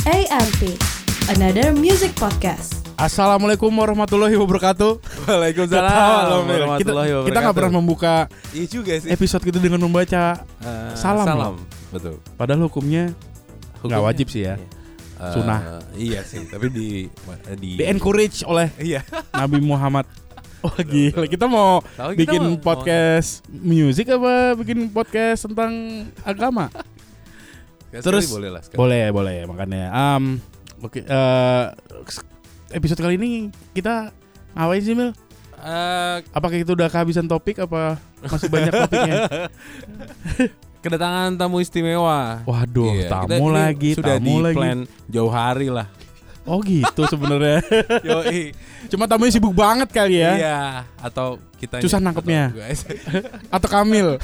AMP, another music podcast. Assalamualaikum warahmatullahi wabarakatuh. Waalaikumsalam warahmatullahi wabarakatuh. Kita nggak pernah membuka Iya juga sih. episode gitu dengan membaca salam. Salam, betul. Padahal hukumnya nggak wajib sih ya. Sunnah. Iya sih, tapi di encourage oleh iya. Nabi Muhammad. Oh gila, kita mau bikin podcast music apa bikin podcast tentang agama? Terus boleh lah. Boleh makanya. Oke, episode kali ini kita ngapain sih, Mil? Apakah kita udah kehabisan topik apa masih banyak topiknya? Kedatangan tamu istimewa. Waduh, Iya, tamu lagi, sudah tamu lagi. plan jauh hari lah. Oh gitu sebenarnya. Yoi. Cuma tamunya sibuk banget kali ya. Iya, atau kita Susah nangkepnya. Atau Kamil.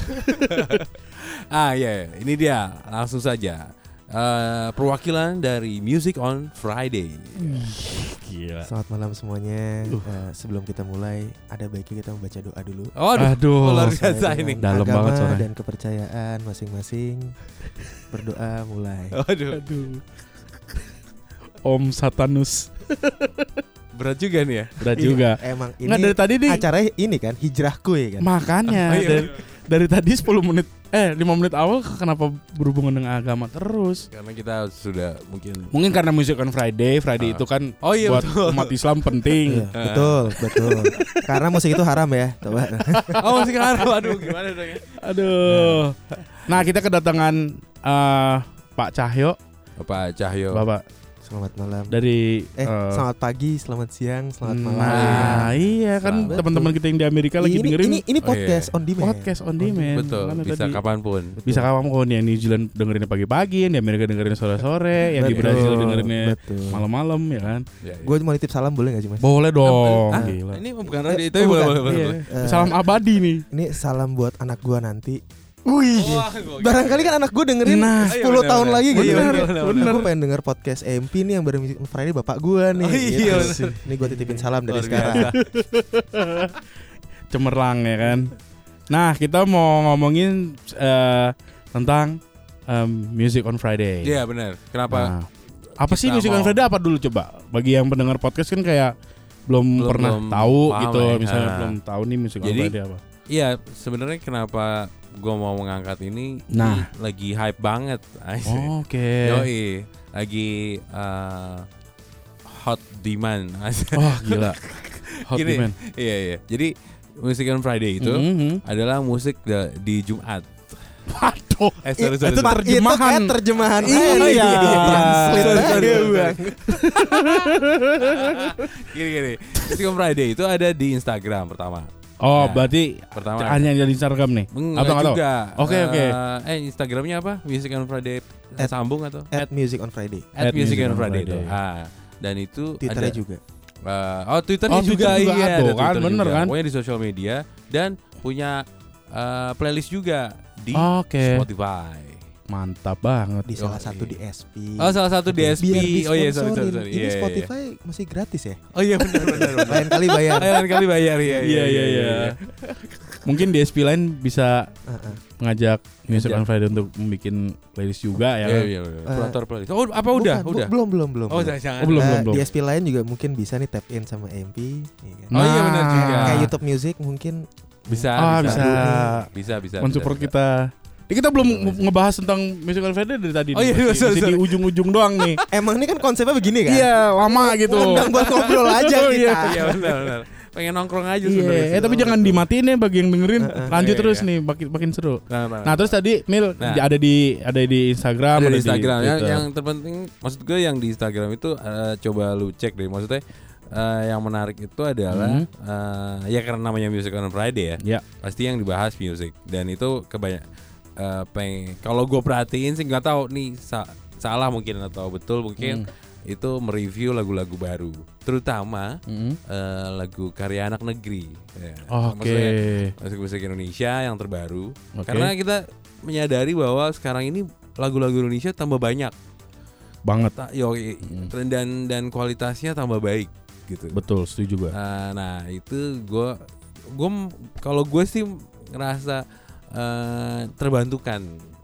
Iya, ini dia. Langsung saja. Perwakilan dari Music on Friday. Gila. Selamat malam semuanya. Sebelum kita mulai, ada baiknya kita membaca doa dulu. Aduh, luar biasa ini. Dalam agama banget suaranya. dan kepercayaan masing-masing. Berdoa mulai. Aduh. Om Satanus. Berat juga nih ya. Berat juga. Emang ini Nggak, dari tadi nih acaranya ini kan hijrahku ya kan. makanya Iya. dari tadi 10 menit 5 menit awal kenapa berhubungan dengan agama terus? Karena kita sudah Mungkin karena Music on Friday itu kan buat betul. umat Islam penting. Iya, betul. Karena musik itu haram ya. Coba. Masih haram. Aduh, gimana dong ya? Aduh. Nah, kita kedatangan Pak Cahyo, Bapak Cahyo. Bapak Selamat malam. dari Selamat pagi, selamat siang, selamat malam. Nah, iya kan Betul. teman-teman kita yang di Amerika lagi dengerin Ini podcast on demand. podcast on demand. Betul, Makanya bisa tadi. kapanpun. Bisa kapanpun, yang New Zealand dengerinnya pagi-pagi, yang di Amerika dengerinnya sore-sore, yang di Brazil dengerinnya malam-malam ya kan. Ya, Gue mau nitip salam boleh gak sih Mas? Boleh dong. Ah, Gila. ini bukan radio itu boleh. Iya. Salam abadi nih. Ini salam buat anak gue nanti. Wih. Barangkali kan anak gue dengerin Nah, 10 iya, tahun bener. lagi gitu. Bener. Gue pengen denger podcast MP nih yang bareng Music on Friday bapak gue nih. Oh, iya, gitu. Ini gue titipin salam dari Luar sekarang. biasa. Cemerlang ya kan. Nah, kita mau ngomongin tentang Music on Friday. Iya benar. Kenapa? Nah, apa sih kita Music on mau- Friday apa dulu coba? Bagi yang pendengar podcast kan kayak belum pernah tahu paham gitu, ya. misalnya belum tahu nih Music on Jadi, Friday apa. Iya, sebenarnya kenapa gue mau mengangkat ini? Nah. Lagi hype banget. Oke. Yoi, lagi hot demand. Oh, gila. Hot Gini, demand. Iya. Jadi Music on Friday itu adalah musik di Jumat. Waduh. Sorry. Itu terjemahan. Itu terjemahan. Iya. Translate. Gini. Music on Friday itu ada di Instagram pertama. Oh, Nah, berarti Pertama. hanya di Instagram nih. Enggak Atau juga. Oke. Instagramnya apa? Music on Friday sambung atau? @music on Friday. @music on Friday itu. Dan itu Twitternya ada juga. Twitternya Twitter juga juga iya, ada ada kan, Twitter bener juga. kan? Pokoknya di sosial media dan punya playlist juga di Oke. Spotify. Mantap banget. Di salah satu di SP. Salah satu di SP. Biar Oh iya, disponsorin. sorry. Ini Iya. Spotify masih gratis ya? Oh iya benar. Lain kali bayar. Lain kali bayar ya. Iya. Mungkin di SP lain bisa ngajak Music on Friday untuk membuat playlist juga ya. Iya. Penonton playlist. Oh, apa udah? Belum. Oh, jangan. Belum. Di SP lain juga mungkin bisa nih tap in sama MP. Oh iya benar juga. Kayak YouTube Music mungkin Bisa. Bisa. mensupport kita. Kita belum ngebahas tentang Music on Friday dari tadi. Oh iya, masih sorry. di ujung-ujung doang nih. Emang ini kan konsepnya begini kan? Iya, lama gitu. Undang buat ngobrol aja Oh, kita. Iya benar. Pengen nongkrong aja Iya, sebenarnya. tapi jangan dimatiin ya bagi yang dengerin. Lanjut Iya, terus iya. nih, makin seru. Nah. Nah, terus tadi Mil ada di Instagram, Ada di Instagram. Twitter. Yang terpenting, maksud gue yang di Instagram itu coba lu cek deh. Maksudnya yang menarik itu adalah ya karena namanya Music on Friday ya. Ya. Pasti yang dibahas music dan itu kalau gue perhatiin sih nggak tahu nih salah mungkin atau betul mungkin itu mereview lagu-lagu baru, terutama lagu karya anak negeri. Ya. Oke. Maksudnya musik Indonesia yang terbaru. Karena kita menyadari bahwa sekarang ini lagu-lagu Indonesia tambah banyak Banget. Dan kualitasnya tambah baik gitu. Betul, setuju gue. Nah itu gue kalau gue sih ngerasa terbantukan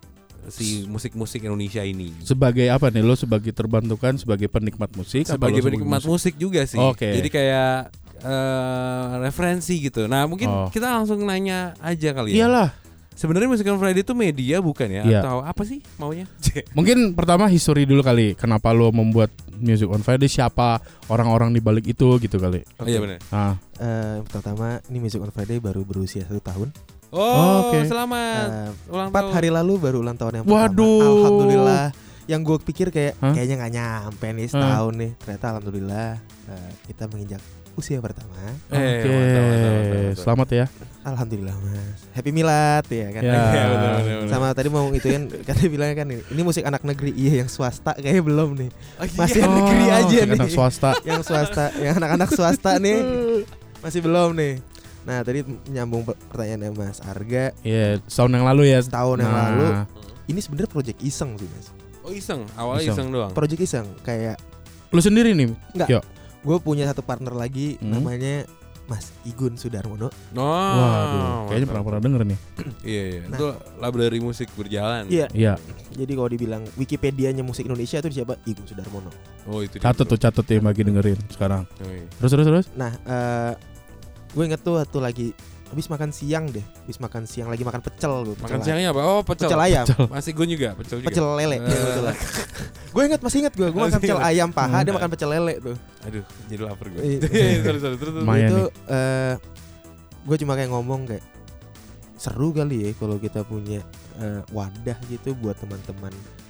si musik-musik Indonesia ini. Sebagai apa nih? Lo sebagai terbantukan sebagai penikmat musik? Sebagai penikmat musik juga sih. Oke. Jadi kayak referensi gitu. Nah mungkin kita langsung nanya aja kali ya. Iyalah. Sebenarnya Music on Friday itu media bukan ya? Iya. Atau apa sih maunya? Mungkin pertama history dulu kali. Kenapa lo membuat Music on Friday? Siapa orang-orang di balik itu gitu kali? Oh iya benar. Yang pertama, ini Music on Friday baru berusia 1 tahun. Oh, Oke. selamat ulang 4 tahun. hari lalu baru ulang tahun yang Waduh. pertama. Alhamdulillah. Yang gue pikir Hah? kayaknya nggak nyampe nih setahun nih. Ternyata alhamdulillah kita menginjak usia pertama. Oke. Mantap. Selamat ya. Alhamdulillah Mas. Happy Milad ya kan. Ya. Iya, betul. Sama tadi mau ituin katanya bilangnya kan ini musik anak negeri. Iya yang swasta kayaknya belum nih. Masih iya. negeri aja nih. Anak swasta. Yang swasta, yang anak-anak swasta nih masih belum nih. Nah tadi nyambung pertanyaannya Mas Arga. Iya, tahun yang lalu ya. Setahun yang lalu. Ini sebenarnya project iseng sih Mas. Oh iseng, awalnya iseng doang. Project iseng kayak Lu sendiri nih? Enggak. Yo. gue punya satu partner lagi namanya Mas Igun Sudarmono. Waduh, kayaknya pernah denger nih. Iya. Nah. Itu library musik berjalan. Iya. Iya. Jadi kalau dibilang Wikipedianya musik Indonesia itu siapa? Igun Sudarmono. Oh itu. dia. Catet ya bagi dengerin sekarang. Oh, iya. Terus. Nah, gue inget tuh waktu lagi habis makan siang lagi makan pecel gue. Makan siangnya apa? Oh pecel. Pecel ayam. Masih gue juga pecel juga. Pecel lele. Gue masih inget gue makan pecel ayam paha, dia makan pecel lele tuh. Aduh, jadi lapar gue. Iya. Sorry. Terus. Lumayan Itu nih. gue cuma kayak ngomong kayak seru kali ya kalau kita punya wadah gitu buat teman-teman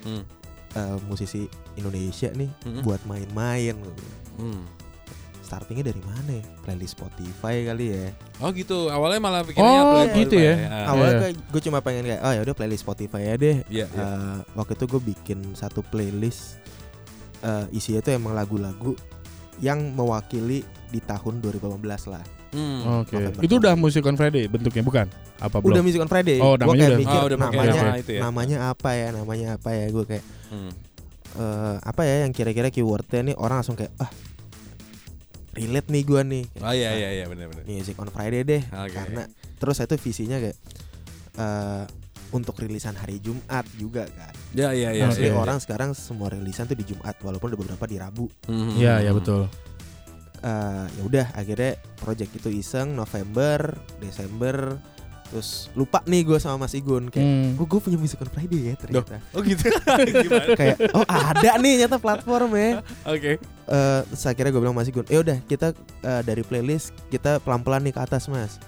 musisi Indonesia nih buat main-main gitu. Startingnya dari mana ya? Playlist Spotify kali ya. Oh gitu, awalnya malah pikirnya playlist gitu Spotify. ya. Awalnya gue cuma pengen kayak oh ya udah playlist Spotify ya deh. Iya. Waktu itu gue bikin satu playlist isinya tuh emang lagu-lagu yang mewakili di tahun 2018 lah. Oke. November. Itu udah Music on Friday bentuknya bukan? Apa belum? Udah Music on Friday. Oh, Gue namanya kayak udah. mikir udah pakai nama itu ya. namanya apa ya? Gue kayak apa ya yang kira-kira keywordnya nih orang langsung kayak relate nih gue nih. Oh iya benar. Music on Friday deh. Okay. Karena terus itu visinya kayak untuk rilisan hari Jumat juga kan. Iya. Maksudnya orang sekarang semua rilisan tuh di Jumat walaupun ada beberapa di Rabu. Iya betul. Ya udah akhirnya project itu iseng November, Desember, terus lupa nih gue sama Mas Igun kayak gue punya Music on Friday ya ternyata. Oh gitu. Gimana? Kayak ada nih nyata platform ya. Oke. Terus akhirnya gue bilang Mas Igun, udah kita dari playlist kita pelan-pelan nih ke atas Mas.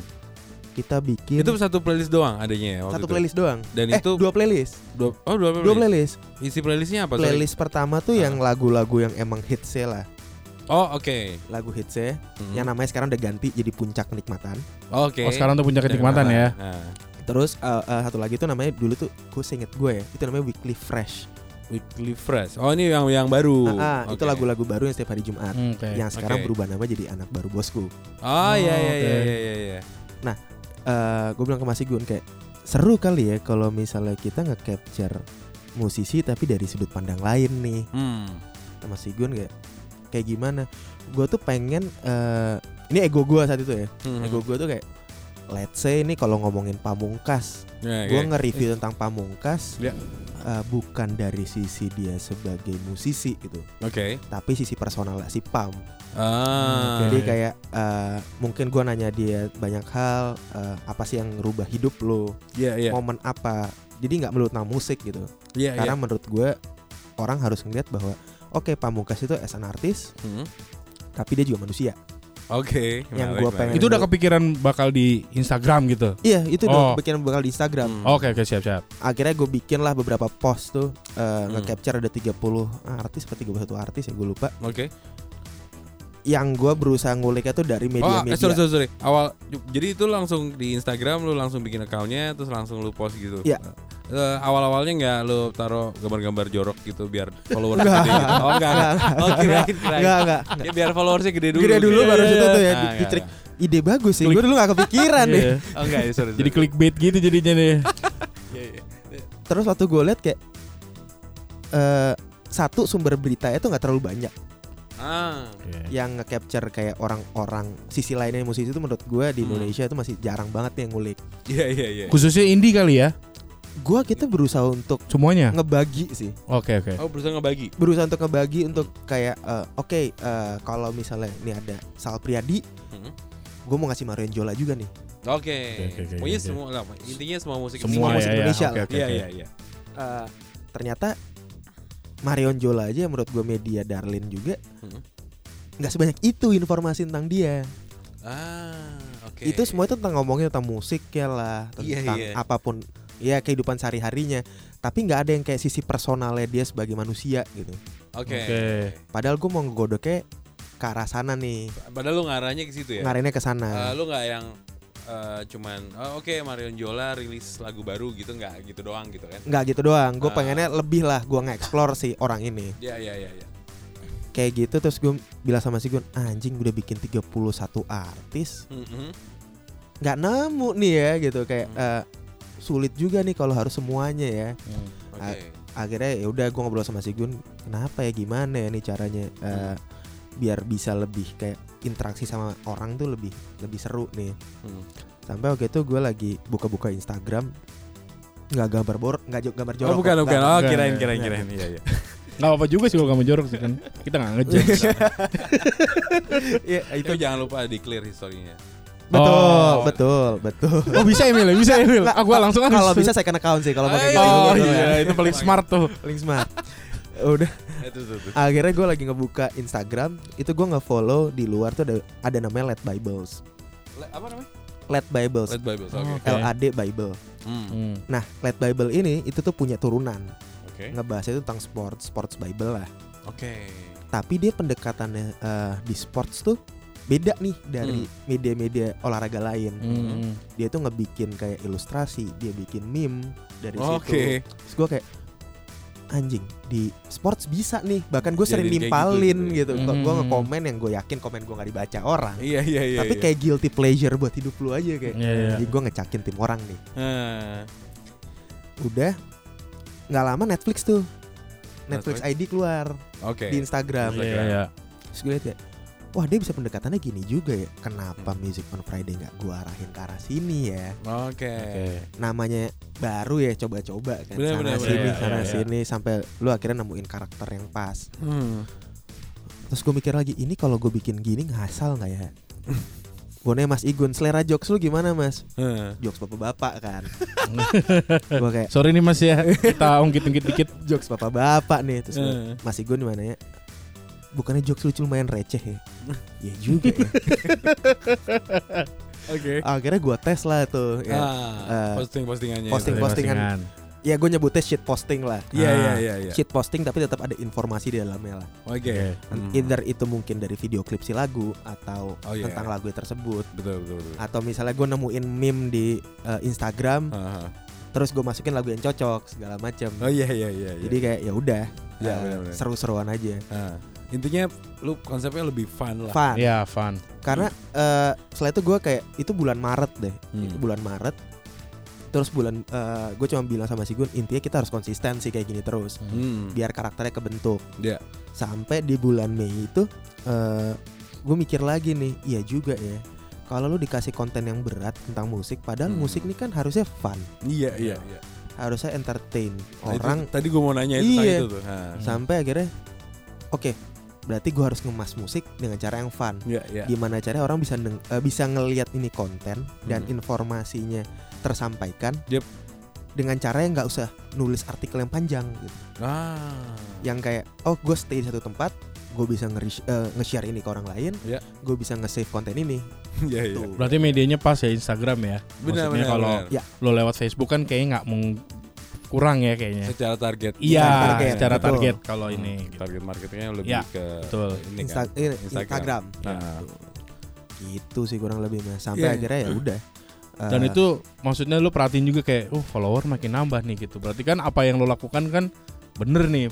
Kita bikin Itu satu playlist doang adanya ya waktu satu itu? playlist doang. Dan itu 2 playlist. Dua Dua playlist. Isi playlistnya apa? Playlist pertama tuh yang lagu-lagu yang emang hitsnya lah. Oh oke. Lagu hitsnya yang namanya sekarang udah ganti jadi Puncak Kenikmatan. Oke. Oh sekarang tuh punya kenikmatan ya. Nah. Terus satu lagi tuh namanya dulu tuh gue seinget gue ya itu namanya Weekly Fresh. Weekly Fresh. Oh ini yang baru. Itu lagu-lagu baru yang setiap hari Jumat. Yang sekarang Oke. berubah nama jadi Anak Baru Bosku. Oh iya. Nah, gue bilang ke Mas Igun kayak seru kali ya kalau misalnya kita nge-capture musisi tapi dari sudut pandang lain nih. Mas Igun kayak gimana? Gue tuh pengen ini ego gue saat itu ya. Ego gue tuh kayak let's say ini kalau ngomongin Pamungkas, gue nge-review tentang Pamungkas. Bukan dari sisi dia sebagai musisi gitu, tapi sisi personal si Pam. Jadi kayak mungkin gue nanya dia banyak hal, apa sih yang ngerubah hidup lo, momen apa. Jadi nggak melulu tentang musik gitu. Karena menurut gue orang harus ngeliat bahwa oke, Pamungkas itu as an artist, tapi dia juga manusia. Oke. Yang gue pengen Itu udah kepikiran bakal di Instagram gitu. Iya itu udah bikin bakal di Instagram. Oke siap. Akhirnya gue bikin lah beberapa post tuh nge-capture ada 30 artis atau 31 artis ya gue lupa. Oke. Yang gue berusaha nguliknya tuh dari media-media. Sorry. Awal jadi itu langsung di Instagram lu langsung bikin account-nya terus langsung lu post gitu. Iya. Awal-awalnya nggak lu taruh gambar-gambar jorok gitu biar followers gede gitu. Oh enggak. Oh kirain. Enggak. Ya biar followersnya gede dulu. Gede dulu baru situ tuh ya Nah, dicek. Ide bagus sih. Gue dulu gak kepikiran deh. Oh enggak ya sorry. Jadi clickbait gitu jadinya nih. Terus waktu gue liat kayak satu sumber berita itu gak terlalu banyak yang nge-capture kayak orang-orang sisi lainnya musisi itu menurut gue di Indonesia itu masih jarang banget yang ngulik. Iya. Khususnya indie kali ya. kita berusaha untuk Semuanya. ngebagi sih. Oke. Oh, berusaha ngebagi. Berusaha untuk ngebagi untuk kayak kalau misalnya ini ada Sal Priadi, gue mau ngasih Marion Jola juga nih. Oke. Oke. Pokoknya semua lah. Intinya semua musik Semua musik ya, Indonesia ya. lah. Oke. Iya. Ternyata Marion Jola aja menurut gue media Darlin juga nggak sebanyak itu informasi tentang dia. Oke. Itu semua itu tentang ngomongnya tentang musik ya lah, tentang apapun ya kehidupan sehari-harinya. Tapi nggak ada yang kayak sisi personalnya dia sebagai manusia gitu. Oke. Padahal gue mau ngegodoknya ke arah sana nih. Padahal lu ngarahnya ke situ ya. Ngarahnya ke sana. Lu nggak yang cuman Marion Jola rilis lagu baru gitu, nggak gitu doang gitu kan? Nggak gitu doang. Gue pengennya lebih lah. Gue nge-explore si orang ini. Iya. Kayak gitu terus gue bilang sama si Gun, anjing udah bikin 31 artis. Nggak nemu nih ya gitu kayak sulit juga nih kalau harus semuanya ya. Akhirnya ya udah gue ngobrol sama si Gun, kenapa ya gimana ya nih caranya biar bisa lebih kayak interaksi sama orang tuh lebih seru nih. Sampai waktu itu gue lagi buka-buka Instagram, nggak gambar jorok. Oh bukan. Oh kirain. Iya. Nggak apa juga sih kalau kamu jorok sih kan. Kita nggak ngejudge. Ya, itu jangan lupa di-clear historinya. Betul. Oh bisa Emil. Aku langsung kalau bisa second account sih kalau pakai Oh gitu. iya, itu paling smart tuh. Paling smart. Udah. Itu. Akhirnya gue lagi ngebuka Instagram, itu gue nge-follow di luar tuh ada namanya Let Bibles. Apa namanya? Let Bibles. Oke. LAD Bible. Nah, Let Bible ini itu tuh punya turunan. Ngebahasnya itu tentang sports Bible lah. Oke. Tapi dia pendekatannya di sports tuh beda nih dari media-media olahraga lain. Dia tuh ngebikin kayak ilustrasi, dia bikin meme dari situ. Terus gue kayak anjing di sports bisa nih. Bahkan gue sering nimpalin gitu. Gue nge-komen yang gue yakin komen gue gak dibaca orang. Iya. Tapi kayak guilty pleasure buat hidup lu aja kayak. Jadi gue ngecakin tim orang nih. Udah nggak lama Netflix ID keluar di Instagram. Terus gue liat ya, wah dia bisa pendekatannya gini juga ya. Kenapa Music on Friday nggak gue arahin ke arah sini ya? Oke. Namanya baru ya, coba-coba kan. Sana sini sampai lu akhirnya nemuin karakter yang pas. Terus gue mikir lagi, ini kalau gue bikin gini ngasal nggak ya? Gue nanya Mas Igun, selera jokes lu gimana Mas? Jokes bapak-bapak kan. Gue kayak sorry nih Mas ya, kita ungkit-ungkit dikit. Jokes bapak-bapak nih. Terus Mas Igun gimana ya? Bukannya jokes lucu lumayan receh ya? Ya juga ya. Oke. Akhirnya gue tes lah tuh ya. Posting-postingannya. Posting-postingan. Ya gue nyebutnya shit posting lah. Iya. Shit posting tapi tetap ada informasi di dalamnya lah. Oke. Either itu mungkin dari video klip si lagu atau tentang lagu tersebut. Betul. Atau misalnya gue nemuin meme di Instagram, terus gue masukin lagu yang cocok segala macam. Iya. Jadi kayak ya udah, bener. seru-seruan aja. Intinya lu konsepnya lebih fun lah. Fun. Iya, fun. Karena setelah itu gue kayak itu bulan Maret deh. Itu bulan Maret. Terus bulan gue cuma bilang sama si Gun, intinya kita harus konsisten sih kayak gini terus. Biar karakternya kebentuk. Sampai di bulan Mei itu gue mikir lagi nih, iya juga ya. Kalau lu dikasih konten yang berat tentang musik, padahal musik ini kan harusnya fun. Iya. Harusnya entertain orang. Tadi gue mau nanya itu tuh. Sampai akhirnya oke, berarti gue harus ngemas musik dengan cara yang fun. Gimana caranya orang bisa ngelihat ini konten dan informasinya tersampaikan dengan cara yang nggak usah nulis artikel yang panjang gitu. Yang kayak gue stay di satu tempat, gue bisa nge-share ini ke orang lain, gue bisa nge-save konten ini. Berarti medianya pas ya Instagram ya. Maksudnya kalau lo lewat Facebook kan kayaknya nggak kurang ya kayaknya. Secara target. Iya, secara target kalau ini. Target marketingnya lebih ke ini kan? Instagram. Gitu sih kurang lebih mas. Sampai akhirnya ya udah. Dan itu maksudnya lu perhatiin juga kayak follower makin nambah nih gitu. Berarti kan apa yang lu lakukan kan bener nih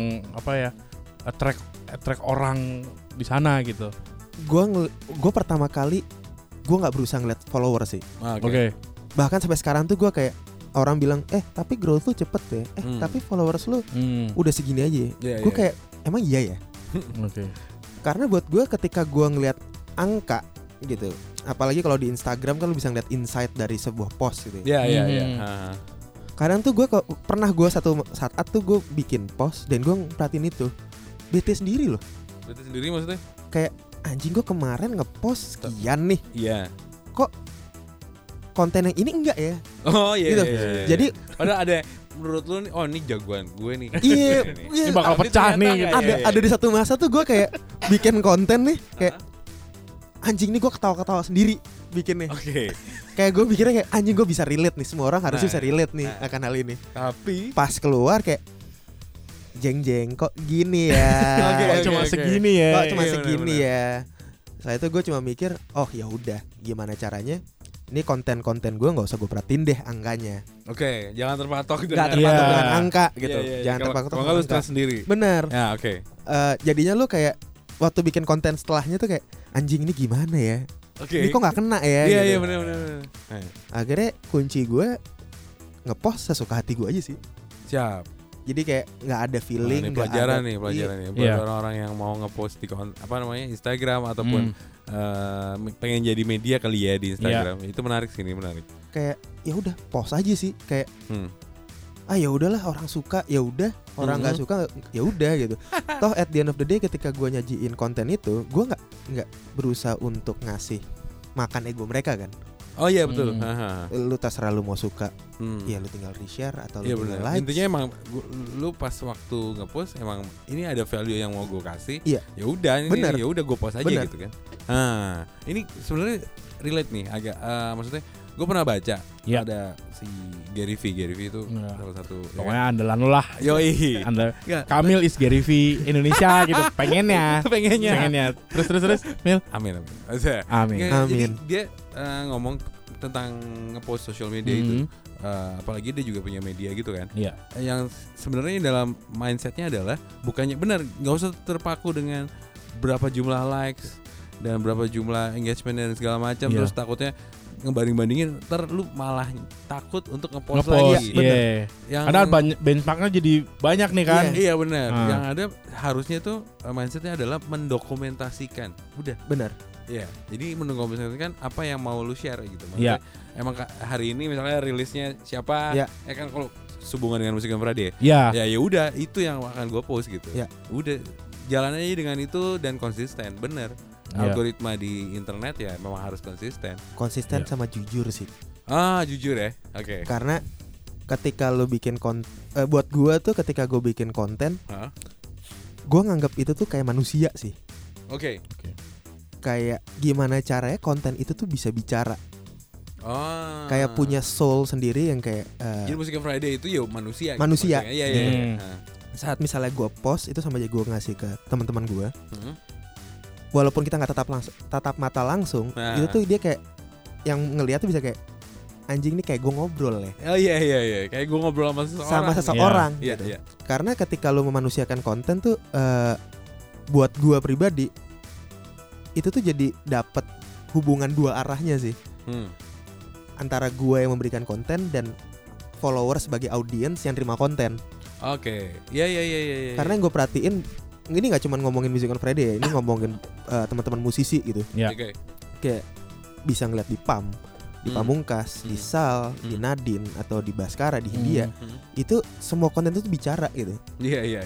attract orang di sana gitu. Gue pertama kali gue nggak berusaha ngeliat follower sih. Oke. Bahkan sampai sekarang tuh gue kayak orang bilang tapi growth lu cepet ya. Tapi followers lu udah segini aja. Gue kayak emang iya ya. Oke. Karena buat gue ketika gue ngeliat angka gitu, apalagi kalau di Instagram kan lu bisa ngeliat insight dari sebuah post gitu. Iya. Kadang tuh gue pernah gue satu saat tuh gue bikin post dan gue perhatiin itu bete sendiri loh. Bete sendiri maksudnya? Kayak anjing gue kemarin ngepost sekian nih. Iya. Kok konten yang ini enggak ya? Oh iya. Gitu. Iya. Jadi padahal ada menurut lu nih, oh ini jagoan gue nih. Iya. Ini bakal pecah nih. Gitu. Ada di satu masa tuh gue kayak bikin konten nih kayak anjing nih gue ketawa-ketawa sendiri bikinnya. Oke. Kayak gue pikirnya kayak anjing gue bisa relate nih, semua orang harus bisa relate nih akan hal ini. Tapi pas keluar kayak jeng kok gini ya. Kok cuma segini ya. Kok cuma segini ya. Setelah itu gue cuma mikir, oh ya udah, gimana caranya? Ini konten-konten gue nggak usah gue perhatiin deh angkanya. Oke, jangan terpatok Nggak terpatok dengan angka gitu. Jangan terpatok dengan angka. Kalau angka. sendiri. Bener. Ya oke. Jadinya lu kayak waktu bikin konten setelahnya tuh kayak anjing ini gimana ya? Oke. Ini kok nggak kena ya? Iya gitu. iya benar. Akhirnya kunci gue ngepost sesuka hati gue aja sih. Siap. Jadi kayak nggak ada feeling, Ini nggak pelajaran ada, nih buat Iya. orang-orang yang mau ngepost di Instagram ataupun pengen jadi media kali ya di Instagram. Itu menarik sih, ini menarik. kayak ya udah post aja sih kayak ya udahlah, orang suka ya udah, orang nggak suka ya udah gitu. Toh at the end of the day ketika gue nyajiin konten itu, gue nggak berusaha untuk ngasih makan ego mereka kan. Oh iya betul. Lu terserah lu mau suka, ya lu tinggal re-share atau lu tinggal like. Intinya emang lu pas waktu ngepost emang ini ada value yang mau gue kasih. Iya. Ya udah, Bener. ya udah gue post aja Bener. gitu kan. Ini sebenarnya relate nih agak maksudnya gue pernah baca ada si Gary V itu salah satu. Pokoknya andalan lu lah. Yoi. Kamil is Gary V Indonesia gitu. Pengennya. Terus Mil. Amin. Amin. Jadi dia ngomong tentang ngepost social media itu, apalagi dia juga punya media gitu kan. Iya. Yang sebenarnya dalam mindsetnya adalah bukannya benar, nggak usah terpaku dengan berapa jumlah likes dan berapa jumlah engagement dan segala macam. Terus takutnya ngebanding-bandingin, lu malah takut untuk ngepost lagi. Iya. Karena benchmarknya jadi banyak nih kan. Iya benar. Yang ada harusnya tuh mindsetnya adalah mendokumentasikan. Udah. Benar. Iya, jadi mendokumentasikan apa yang mau lu share gitu. Maksudnya, emang hari ini misalnya rilisnya siapa? Ya kan kalau hubungan dengan Musik on Friday. Ya udah itu yang akan gue post gitu. Ya. Udah jalan aja dengan itu dan konsisten, bener. Algoritma di internet ya memang harus konsisten. Konsisten sama jujur sih. Jujur ya. Oke. Karena ketika lu bikin buat gue tuh ketika gue bikin konten, gue nganggap itu tuh kayak manusia sih. Oke. Kayak gimana caranya konten itu tuh bisa bicara. Kayak punya soul sendiri yang kayak jadi Musik on Friday itu ya manusia. Manusia. Gitu, iya. Saat misalnya gue post itu sama aja gue ngasih ke teman-teman gue. Walaupun kita nggak tatap mata langsung, itu tuh dia kayak yang ngelihat tuh bisa kayak anjing nih kayak gue ngobrol ya. Oh iya. Kayak gue ngobrol sama seseorang. Iya. Gitu. Karena ketika lu memanusiakan konten tuh buat gue pribadi itu tuh jadi dapat hubungan dua arahnya sih. Antara gue yang memberikan konten dan followers sebagai audiens yang terima konten. Oke. Iya. Karena yang gue perhatiin ini nggak cuma ngomongin Music on Friday ya, ini ngomongin teman-teman musisi gitu. Kayak bisa ngeliat di PAM, di Pamungkas, di Sal, di Nadine atau di Baskara di Hindia. Itu semua konten itu bicara gitu. Iya.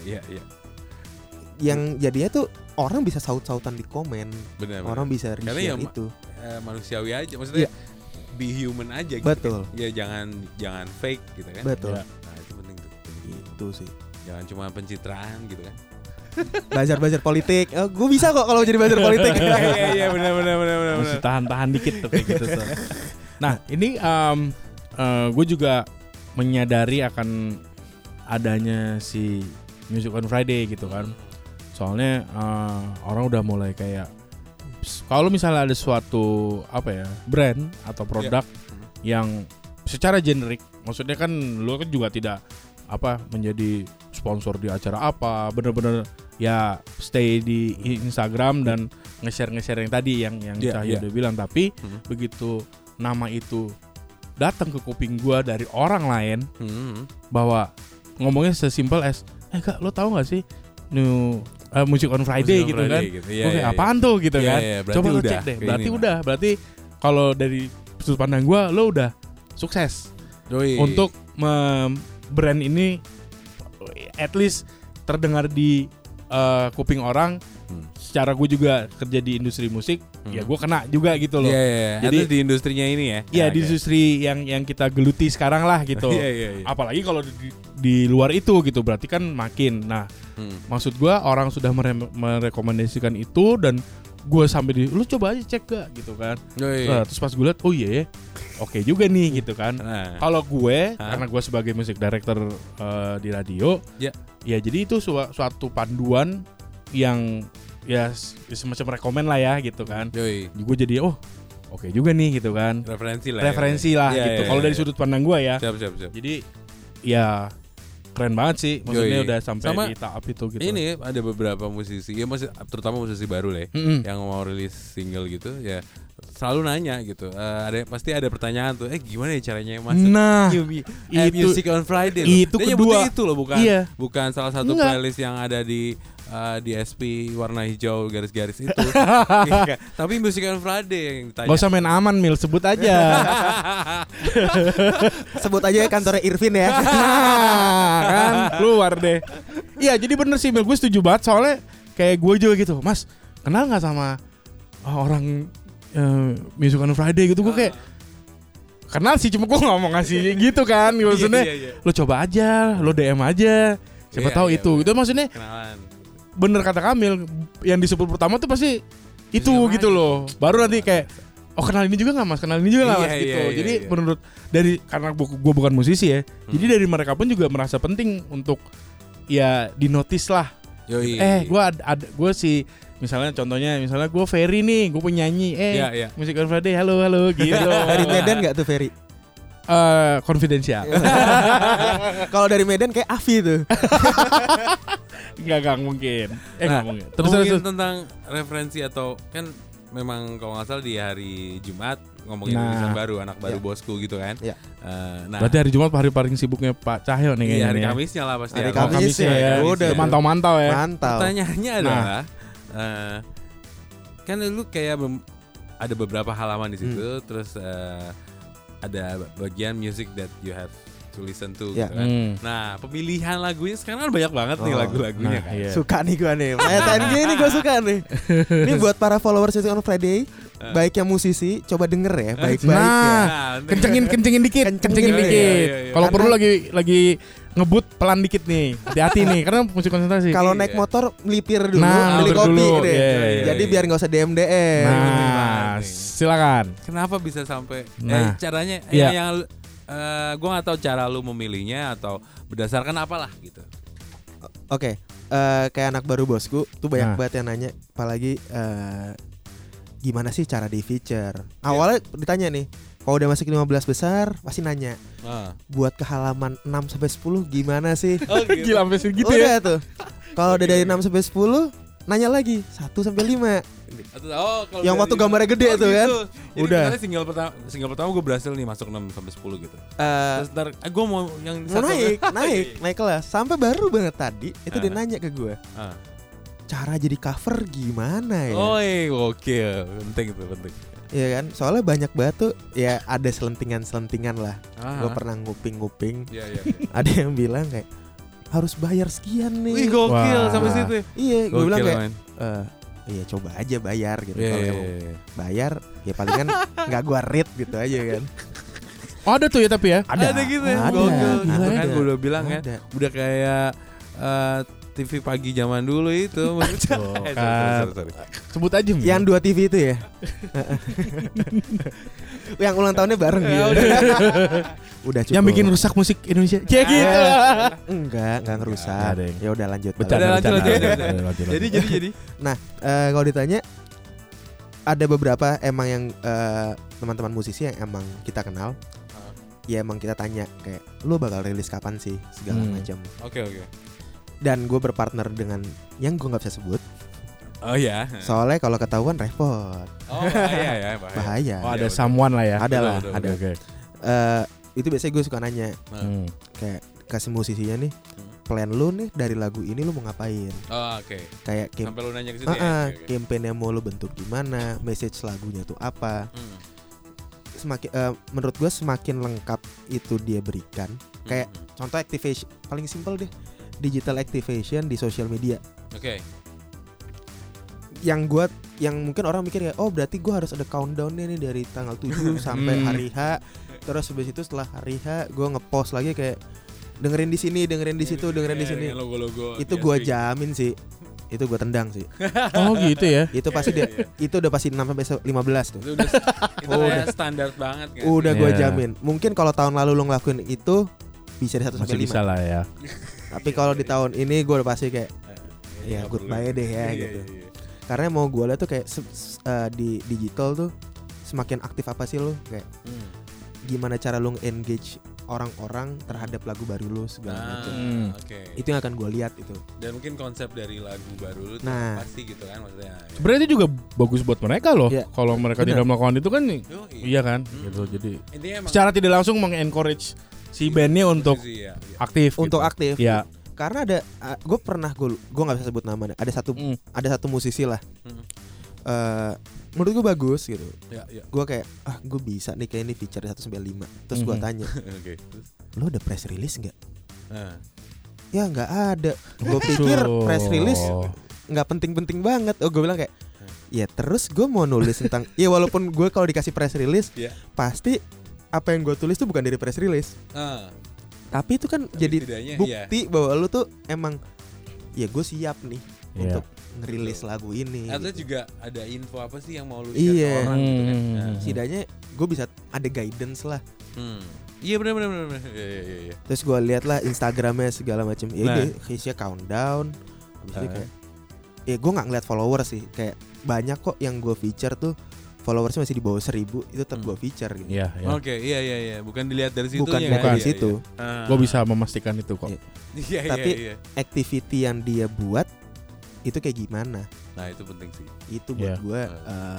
Yang jadinya tuh orang bisa saut-sautan di komen. Bener. Orang bisa ya, share itu. Manusiawi aja, maksudnya be human aja gitu. Betul. Kan? Ya jangan fake gitu kan. Betul. Nah, itu penting tuh. Itu sih. Jangan cuma pencitraan gitu kan. Belajar politik. Gue bisa kok kalau jadi belajar politik. Iya benar. Mesti tahan dikit tapi gitu tuh. Nah, ini gue juga menyadari akan adanya si Music on Friday gitu kan. Soalnya orang udah mulai kayak kalau misalnya ada suatu brand atau produk yang secara generik, maksudnya kan lu kan juga tidak menjadi sponsor di acara apa, bener-bener ya stay di Instagram dan nge-share yang tadi yang Cahyo udah bilang. Tapi begitu nama itu datang ke kuping gua dari orang lain, bahwa ngomongnya sesimpel as Kak, lo tahu nggak sih Music on Friday gitu kan? Gue kayak apaan tuh gitu kan? Coba lo cek deh. Berarti kalau dari sudut pandang gue, lo udah sukses untuk brand ini at least terdengar di kuping orang. Secara gue juga kerja di industri musik, ya gue kena juga gitu loh. Jadi di industrinya ini ya. Iya, di industri yang kita geluti sekarang lah gitu. Apalagi kalau di luar itu gitu, berarti kan makin. Nah, maksud gue orang sudah merekomendasikan itu dan gue sampai lu coba aja cek gak gitu kan. Nah, terus pas gue liat, oh iya ya, oke juga nih gitu kan. Kalau gue, karena gue sebagai music director di radio, ya jadi itu suatu panduan yang ya semacam rekomen lah ya gitu kan. Gue jadi oke juga nih gitu kan. Referensi lah gitu. Kalau dari sudut pandang gue ya. Siap. Jadi ya keren banget sih. Maksudnya udah sampai di tahap itu gitu. Ini ada beberapa musisi, ya terutama musisi baru lah yang mau rilis single gitu ya. Selalu nanya gitu. Pasti ada pertanyaan tuh. Gimana ya caranya masuk? Nah, Music on Friday loh. Itu dia kedua itu loh, bukan salah satu playlist yang ada di SP warna hijau garis-garis itu. Tapi Music on Friday yang ditanya. Gak usah main aman, Mil, sebut aja. Sebut aja kantornya Irvin ya. Kan keluar deh. Iya, jadi bener sih, Mil, gue setuju banget. Soalnya kayak gue juga gitu, Mas, kenal gak sama orang Music on Friday gitu? Gue kayak kenal sih, cuma gue gak mau ngasih gitu kan. Maksudnya lo coba aja, lo DM aja, siapa tahu itu. Itu maksudnya kenalan. Bener kata Kamil, yang disebut pertama tuh pasti itu gitu loh. Baru nanti kayak kenal ini juga gak Mas, kenal ini juga gak Mas gitu. Jadi menurut karena gue bukan musisi ya, jadi dari mereka pun juga merasa penting untuk ya dinotis lah. Gue sih misalnya gue Ferry nih, gue penyanyi. Music on Friday, halo gitu. Dari Medan gak tuh Ferry? Konfidensial. Kalau dari Medan kayak Afi tuh. Enggak mungkin. Nggak mungkin. Terus tentang referensi atau kan memang kalau nggak salah di hari Jumat ngomongin tulisan baru, anak baru bosku gitu kan. Berarti hari Jumat hari paling sibuknya Pak Cahyo nih kayaknya. Hari Kamisnya lah pasti. Hari Kamisnya ya. Udah mantau-mantau ya. Pertanyaannya adalah kan lu kayak ada beberapa halaman di situ, terus ada bagian music that you have to listen to gitu kan. Nah, pemilihan lagunya sekarang kan banyak banget nih lagu-lagunya kan. Suka nih gue nih. Nih gue suka nih. Ini buat para followers Music on Friday, baik yang musisi, coba denger ya, baik-baik ya. Kencengin dikit. Kalau perlu lagi ngebut pelan dikit nih. Hati-hati nih karena mesti konsentrasi. Kalau naik motor melipir dulu, beli kopi deh. Jadi biar enggak usah DM. Nah, silakan. Kenapa bisa sampai caranya yang gue nggak tahu cara lu memilihnya atau berdasarkan apalah gitu. Oke, kayak anak baru bosku tuh banyak banget yang nanya, apalagi gimana sih cara di feature. Awalnya ditanya nih, kalau udah masuk 15 besar pasti nanya, buat ke halaman 6 sampai 10 gimana sih? Gila sampai segitu ya. Udah tuh. Kalau udah dari 6 sampai 10 nanya lagi 1 sampai 5. Yang waktu gambarnya gede tuh kan. Jadi udah. Single pertama gue berhasil nih masuk 6 sampai 10 gitu. Terus ntar gue mau yang naik kelas. Sampai baru banget tadi itu dia nanya ke gue. Cara jadi cover gimana ya? Gokil. Penting. Iya kan? Soalnya banyak banget tuh ya, ada selentingan lah. Gue pernah nguping. Ada yang bilang kayak harus bayar sekian nih. Wih, gokil sampai situ. Iya, gue bilang kayak iya coba aja bayar gitu. Kalau bayar ya palingan nggak gua rate gitu aja kan. Ada tuh ya tapi ya. Ada gitu ya. Gokil. Itu kan gue udah bilang kan. Udah kayak TV pagi zaman dulu itu. Sorry. Sebut aja. Yang 2 TV itu ya. Yang ulang tahunnya bareng gitu. Udah cukup. Yang bikin rusak musik Indonesia. Kayak gitu. Enggak ngerusak. Ya udah lanjut. Lanjut. Jadi. Nah, kalau ditanya ada beberapa emang yang teman-teman musisi yang emang kita kenal. Ya emang kita tanya kayak lu bakal rilis kapan sih segala macam. Oke. Dan gue berpartner dengan yang gue nggak bisa sebut. Oh ya. Soalnya kalau ketahuan repot. Bahaya. Oh ada someone lah ya. Ada. Okay. Itu biasanya gue suka nanya. Kayak kasih musisinya nih, plan lu nih dari lagu ini lu mau ngapain? Oke. Kayak sampai lu nanya ke situ ya. Campaign-nya mau lu bentuk gimana? Message lagunya tuh apa? semakin menurut gue semakin lengkap itu dia berikan. Kayak contoh activation paling simpel deh, digital activation di social media. Oke. Yang mungkin orang mikir ya, oh berarti gue harus ada countdown-nya nih dari tanggal 7 sampai hari H. Terus habis itu setelah hari H gue ngepost lagi kayak dengerin di sini, dengerin di situ, dengerin di sini. Logo-logo. Itu gue jamin sih. Itu gue tendang sih. Oh gitu ya. Itu pasti dia itu udah pasti 6 sampai 15 tuh. Itu udah standar banget kan. Udah gue Iya. jamin. Mungkin kalau tahun lalu lo ngelakuin itu bisa di 1 Masih sampai 5. bisa lah ya. Tapi kalau di tahun ini gue udah pasti kayak ya goodbye deh ya gitu. Karena mau gue lihat tuh kayak di digital tuh semakin aktif apa sih lo kayak gimana cara lo engage orang-orang terhadap lagu baru lo segala macam. Oke. Itu yang akan gue lihat itu. Dan mungkin konsep dari lagu baru lu tuh Nah. pasti gitu kan maksudnya. Sebenarnya itu juga bagus buat mereka loh. Iya. Kalau mereka Benar. tidak melakukan itu kan Yoi. iya kan gitu. Jadi Intinya emang secara tidak langsung mengencourage si bandnya untuk posisi, ya. aktif Untuk gitu. aktif. Ya. Karena ada gue nggak bisa sebut namanya. Ada satu musisi lah. Menurut gue bagus gitu. Ya. Gue kayak gue bisa nih kayak ini feature 1 sampai 5. Terus gue tanya, Oke. Terus lo ada press release nggak? nah. Ya nggak ada. Gue pikir press release nggak penting-penting banget. Oh gue bilang kayak ya terus gue mau nulis tentang ya walaupun gue kalau dikasih press release Iya. pasti apa yang gue tulis tuh bukan dari press release. Tapi itu kan jadi setidaknya, bukti bahwa lu tuh emang ya gue siap nih Iya. untuk ngerilis lagu ini. Atau gitu. juga ada info apa sih yang mau lu share Iya. ke orang gitu kan. Nah. Setidaknya gue bisa ada guidance lah. Iya benar. Iya. Terus gue lihat lah Instagramnya segala macam. Ya Nah. dia isinya countdown. Habis itu kayak ya gue nggak ngeliat followers sih. Kayak banyak kok yang gue feature tuh followersnya masih di bawah 1000 itu tetap gue feature gitu. Iya, ya. Oke, iya. Bukan dilihat dari situ Bukan ya. dari Iya, situ. Gue bisa memastikan itu kok. Iya. Iya, Tapi iya. activity yang dia buat itu kayak gimana? Nah, itu penting sih. Itu buat Iya. gue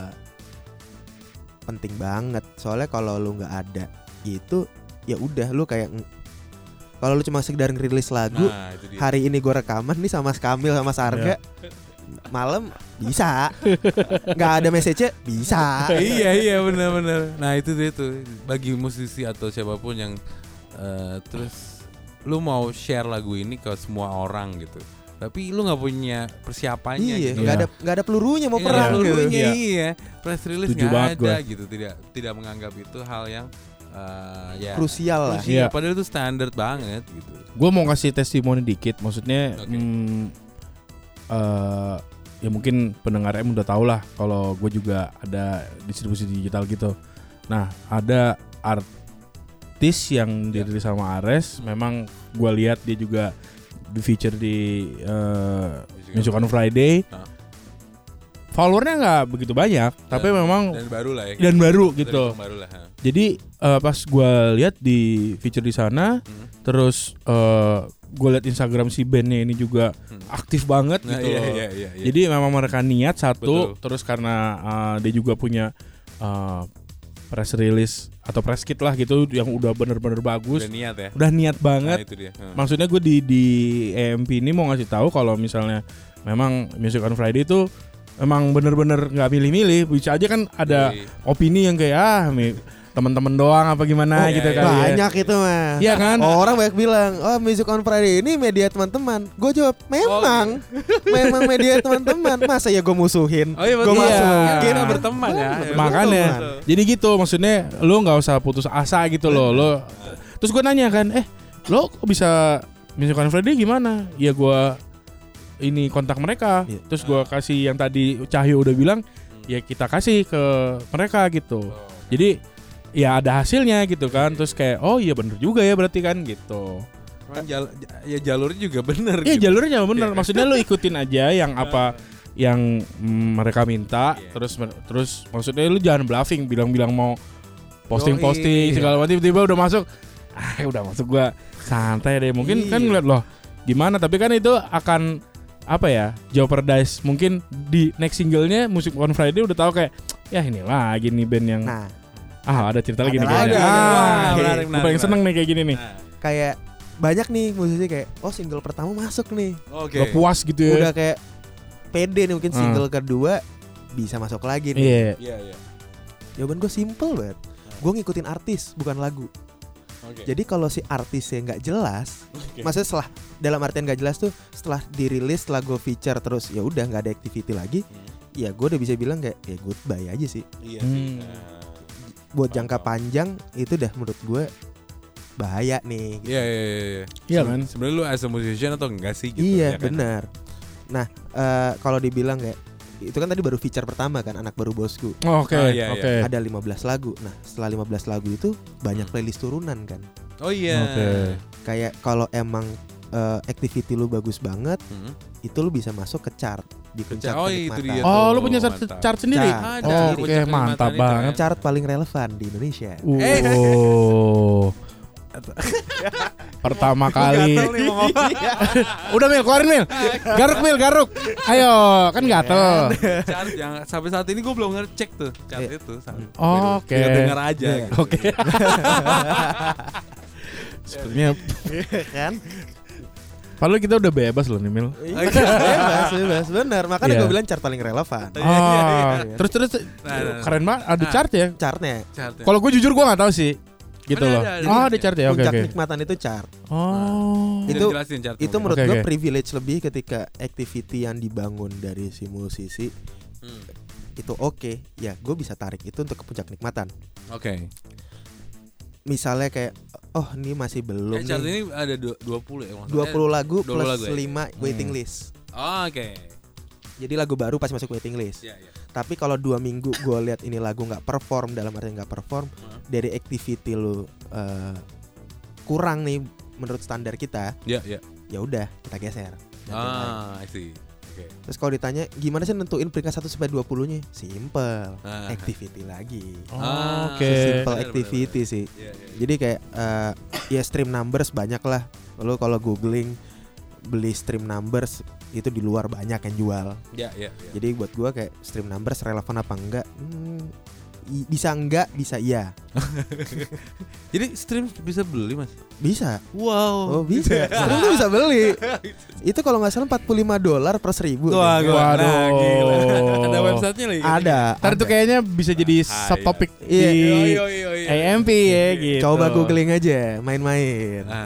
penting banget. Soalnya kalau lu nggak ada itu ya udah lu kayak kalau lu cuma sekedar ngerilis lagu Nah, itu dia. hari ini gue rekaman nih sama Kamil sama Sarga malam bisa nggak ada message bisa. Iya benar. Nah itu dia tuh bagi musisi atau siapapun yang terus lu mau share lagu ini ke semua orang gitu, tapi lu nggak punya persiapannya Iya, gitu. nggak ada pelurunya mau Iya, perang gitu. pelurunya, Iya. iya. Press release Setuju nggak banget ada gue. gitu, tidak menganggap itu hal yang ya Krusial lah. Iya. Padahal itu standar banget gitu. Gue mau kasih testimoni dikit, maksudnya Oke. ya mungkin pendengar M udah tau lah kalau gue juga ada distribusi digital gitu. Nah ada artis yang dirilis sama Ares, memang gue lihat dia juga di feature di Music on Friday. Hah? Followernya nggak begitu banyak, tapi memang Dan baru lah ya. dan baru Dari gitu. yang baru lah. Ha. Jadi pas gue lihat di feature di sana, terus gue lihat Instagram si bandnya ini juga aktif banget Nah, gitu loh. iya. Jadi memang mereka niat satu, Betul. terus karena dia juga punya press release atau press kit lah gitu yang udah bener-bener bagus, udah niat ya. udah niat Nah, banget. itu dia. Ha. Maksudnya gue di EMP ini mau ngasih tahu kalau misalnya memang Music on Friday itu emang bener-bener nggak milih-milih, bisa aja kan ada Jadi, opini yang kayak teman-teman doang apa gimana Oh, gitu iya, kan ya. Banyak itu mah. Iya kan? Orang banyak bilang, oh Music on Friday ini media teman-teman. Gue jawab, memang, memang media teman-teman. Masa ya gue musuhin? Oh iya Gue betul. masukin Kita berteman ya. Makanya Betul. jadi gitu, maksudnya lo nggak usah putus asa gitu lo. Terus gue nanya kan, lo kok bisa Music on Friday gimana? Ya gue ini kontak mereka. Iya. Terus gue kasih yang tadi Cahyo udah bilang, ya kita kasih ke mereka gitu. Jadi ya ada hasilnya gitu kan. Terus kayak oh iya bener juga ya berarti kan gitu. Emang ya jalurnya juga bener. Iya gitu. jalurnya bener. Maksudnya lo ikutin aja yang apa yang mereka minta. Iya. Terus maksudnya lu jangan bluffing bilang-bilang mau posting-posting Yoi. segala macam, tiba-tiba udah masuk. Udah masuk gua santai deh. Mungkin kan ngeliat loh gimana, tapi kan itu akan apa ya, jeopardize mungkin di next singlenya Music on Friday udah tahu kayak ya ini lagi nih band yang Nah, ada cerita lagi Ada nih lagi, kayaknya. ada. Menarik, Gua paling menarik. seneng nih kayak gini nih. Nah, kayak banyak nih musisi kayak, oh single pertama masuk nih. Oke. Gak puas gitu ya. Udah kayak pede nih mungkin single kedua bisa masuk lagi nih. Iya. Iya. Jawaban gue simple banget. gue ngikutin artis bukan lagu. Jadi kalau si artisnya nggak jelas, maksudnya setelah dalam artian nggak jelas tuh setelah dirilis setelah gue feature terus ya udah nggak ada activity lagi, ya gue udah bisa bilang kayak ya goodbye aja sih. Iya sih. Buat jangka panjang itu udah menurut gue bahaya nih. Gitu. Iya. Iya kan? Sebenarnya lu as a musician atau enggak sih gitu? Iya ya kan? benar. Nah kalau dibilang kayak itu kan tadi baru feature pertama kan Anak Baru Bosku. Oke. iya. Ada 15 lagu. Nah setelah 15 lagu itu banyak playlist turunan kan. Oh iya. Oke. Kayak kalau emang activity lu bagus banget, itu lu bisa masuk ke chart di puncak Oh, itu kenikmatan. dia. Oh, tuh, lu punya mantap. chart sendiri? Chart. Ada. Oh, Puncak oke, mantap Kalimantan itu, banget. ya. Chart paling relevan di Indonesia. Oh. Pertama kali. Udah Mil, keluarin Mil. Garuk. Ayo, kan gatel. Chart yang sampai saat ini gue belum ngecek tuh chart itu. Oh, oke. Dengar aja. Iya. Gitu. Oke. Sepertinya Kan? padahal kita udah bebas loh nih Mil. bebas benar. Makanya Iya. gue bilang chart paling relevan. Oh, terus Nah. keren banget ada chart ya. Chartnya Chartnya. Kalau gue jujur gue nggak tahu sih. Gitu loh. Ada. Oh, ada chart ya. Oke, puncak oke. kenikmatan itu chart. Oh. Itu- jelasin chart Itu menurut Oke, gue oke. privilege lebih ketika activity yang dibangun dari si musisi itu oke. Ya gue bisa tarik itu untuk ke puncak kenikmatan. Oke. Misalnya kayak oh ini masih belum Chart nih. ini ada 20 ya. 20 lagu 20 plus lagu ya? 5 waiting list. Oh, oke. Jadi lagu baru pasti masuk waiting list. Iya, iya. Tapi kalau 2 minggu gue lihat ini lagu nggak perform, dalam arti nggak perform, dari activity lu kurang nih menurut standar kita, Iya. ya udah kita geser. Ganti lagi. I see. Oke. Terus kalau ditanya gimana sih nentuin peringkat 1 sampai 20-nya? Simple. Ah. Activity lagi. Oh, oke. Simple benar, activity sih. Iya. Jadi kayak ya stream numbers banyak lah. Lalu kalau googling beli stream numbers itu di luar banyak yang jual. Iya. Jadi buat gua kayak stream numbers relevan apa enggak? Bisa enggak, bisa iya. Jadi stream bisa beli, Mas? Bisa. Wow. Oh, bisa. Stream tuh bisa beli. Itu kalau nggak salah $45 per 1.000. Wah, deh. gua- Waduh. nah, gila. Ada websitenya lagi. Ada. Ntar itu ada. kayaknya bisa jadi subtopik Iya. di Iya. AMP ya gitu. Coba googling aja, main-main. Ah,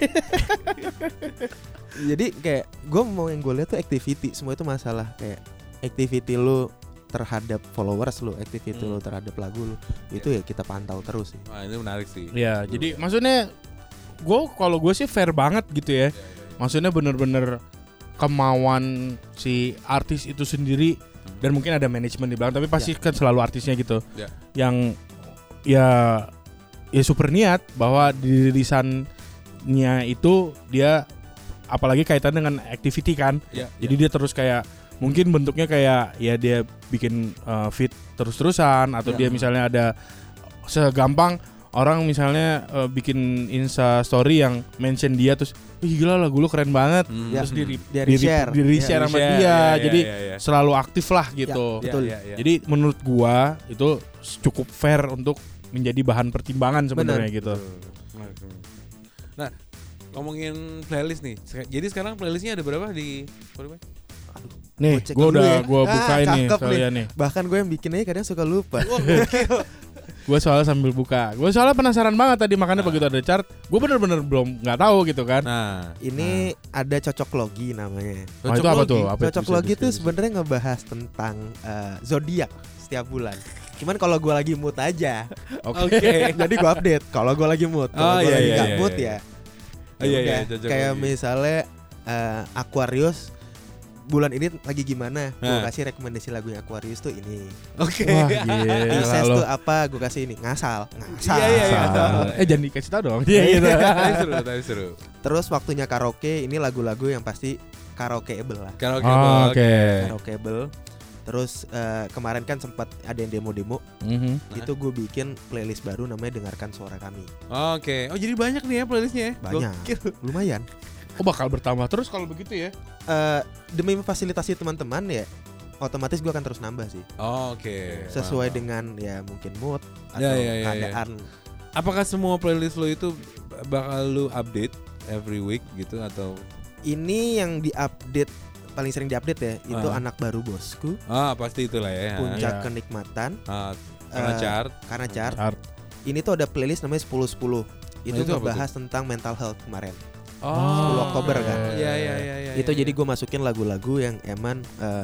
Jadi kayak gue mau yang gue lihat tuh activity, semua itu masalah kayak activity lu terhadap followers lu, activity lu terhadap lagu lu, itu ya kita pantau terus sih. Wah, ini menarik sih. Ya, jadi maksudnya kalau gue sih fair banget gitu ya. Maksudnya bener-bener kemauan si artis itu sendiri dan mungkin ada manajemen di belakang, tapi pasti kan selalu artisnya gitu. Ya. Yang ya super niat bahwa di rilisannya itu dia apalagi kaitan dengan activity kan. Ya, Jadi dia terus kayak mungkin bentuknya kayak ya dia bikin feed terus-terusan atau dia misalnya ada segampang orang misalnya bikin Insta story yang mention dia terus gila lagu lu keren banget terus Dia di-share. di reshare sama Di-share, dia. ya, Jadi ya. selalu aktif lah gitu. Ya, betul. Jadi menurut gua itu cukup fair untuk menjadi bahan pertimbangan sebenarnya gitu. Nah, ngomongin playlist nih. Jadi sekarang playlistnya ada berapa di Spotify? Nih, Gua cek gua dulu udah ya. gua buka ini cakep sekalian nih. Bahkan gue yang bikinnya kadang suka lupa. Gue soalnya sambil buka. Gue soalnya penasaran banget tadi makanya begitu ada chart, gue bener-bener belum nggak tahu gitu kan. Nah, Ini ada cocok logi namanya. Oh, itu apa tuh? Apa itu? Cocok Bisa logi itu deskripsi. sebenarnya ngebahas tentang zodiak setiap bulan. Cuman kalau gue lagi mood aja, Oke. jadi gue update. Kalau gue lagi mood, Oh, kalau gue iya, lagi iya, nggak iya, mood iya. ya. Oh, iya, udah. iya, cocok Kayak logi. misalnya Aquarius bulan ini lagi gimana? Gue Nah. kasih rekomendasi lagunya Aquarius tuh ini. Oke. Wah, gila Pisces lo. tuh apa? Gue kasih ini ngasal. Iya, iya, iya. Salah. Jangan dikasih tau dong. Iya gitu. Tapi seru. Terus waktunya karaoke, ini lagu-lagu yang pasti karaokeable lah. Karaoke. Oh, oke. Karaokeable. Terus kemarin kan sempat ada yang demo-demo. Mhm. Itu gue bikin playlist baru namanya Dengarkan Suara Kami. Oke. Oh, jadi banyak nih ya playlistnya ya? Banyak, Gokil. lumayan. Oh bakal bertambah terus kalau begitu ya. Demi memfasilitasi teman-teman ya, otomatis gue akan terus nambah sih. Oke. Sesuai Paham. dengan ya mungkin mood atau Ya, ya, ya, keadaan. Apakah semua playlist lo itu bakal lu update every week gitu atau? Ini yang diupdate paling sering diupdate ya, itu Ah. Anak Baru Bosku, Ah, pasti itulah ya. Puncak Iya. Kenikmatan, Karena chart. karena chart. Chart. ini tuh ada playlist namanya 10-10. Itu itu apa ngebahas tentang mental health kemarin. 10 Oktober kan. Iya. Itu jadi gue masukin lagu-lagu yang emang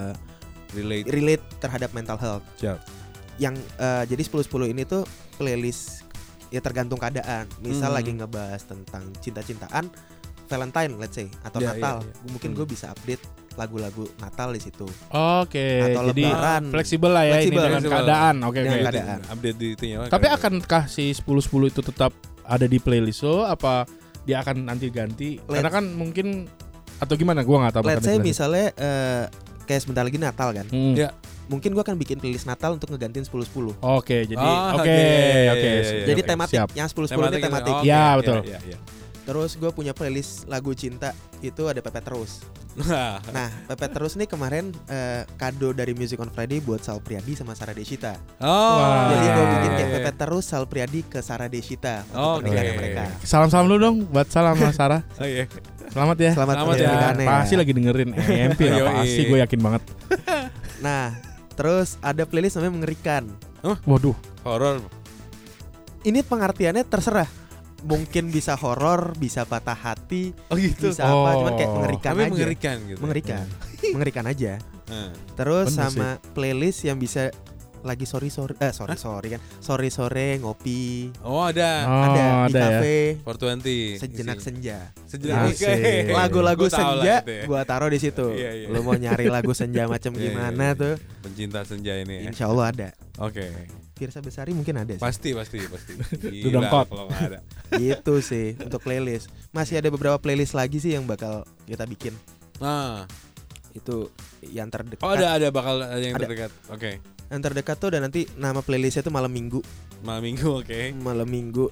relate terhadap mental health. Siap. Yang jadi 10-10 ini tuh playlist ya tergantung keadaan. Misal lagi ngebahas tentang cinta-cintaan, Valentine let's say atau Ya, Natal, ya, ya. mungkin gue bisa update lagu-lagu Natal di situ. Oke, Atau jadi Lebaran. fleksibel lah ya ini Fleksibel. dengan keadaan. Oke, Dengan oke. keadaan. Update di itunya. Tapi akankah si 10-10 itu tetap ada di playlist lo apa dia akan nanti ganti? Karena kan mungkin atau gimana gua enggak tahu. Let's say bakal misalnya kayak sebentar lagi Natal kan. dijelasin. Ya. Mungkin gue akan bikin playlist Natal untuk ngegantiin 10-10. Oke, jadi Oh, oke. iya. Jadi Oke, tematik, siap. yang 10-10 ini tematik. Oke, Ya, betul. Iya. Terus gue punya playlist lagu cinta, itu ada Pepet Terus. Nah, Pepet Terus nih kemarin kado dari Music on Friday buat Sal Priadi sama Sarah Desita. Wah. Jadi gue bikin kayak iya. Pepet Terus Sal Priadi ke Sarah Desita Oh, untuk pernikahannya oke. mereka. Salam-salam lu dong buat Salam sama Sarah. Oh iya. Selamat ya. Selamat Selamat ya. pernikahannya. Pasti lagi dengerin EMP lah, Yoi. pasti gue yakin banget. Nah, terus ada playlist namanya Mengerikan. Waduh. Horor. Ini pengertiannya terserah. Mungkin bisa horor, bisa patah hati, Oh gitu. bisa apa, cuman kayak Oh. mengerikan Tapi aja. mengerikan gitu. Mengerikan. Mengerikan aja. Heeh. Terus Bener sama playlist yang bisa lagi sorry kan. Sore ngopi. Oh ada. Oh, ada di ada ya. kafe 420. sejenak Isi. senja. Sejenak. Asik. Oke. Lagu-lagu Gua tahu lah senja itu ya. gua taruh di situ. Iya, iya. Lu mau nyari lagu senja macam Iya, gimana iya, iya. tuh? Pencinta senja ini ya. Insya Allah ada. Oke. Firsa Besari mungkin ada sih. Pasti. Dudang Gila kot. kalau nggak ada. Gitu sih untuk playlist. Masih ada beberapa playlist lagi sih yang bakal kita bikin. Nah. Itu yang terdekat. Oh ada bakal ada yang Ada. terdekat. Oke. Yang terdekat tuh dan nanti nama playlistnya tuh malam minggu. Malam minggu oke. Malam minggu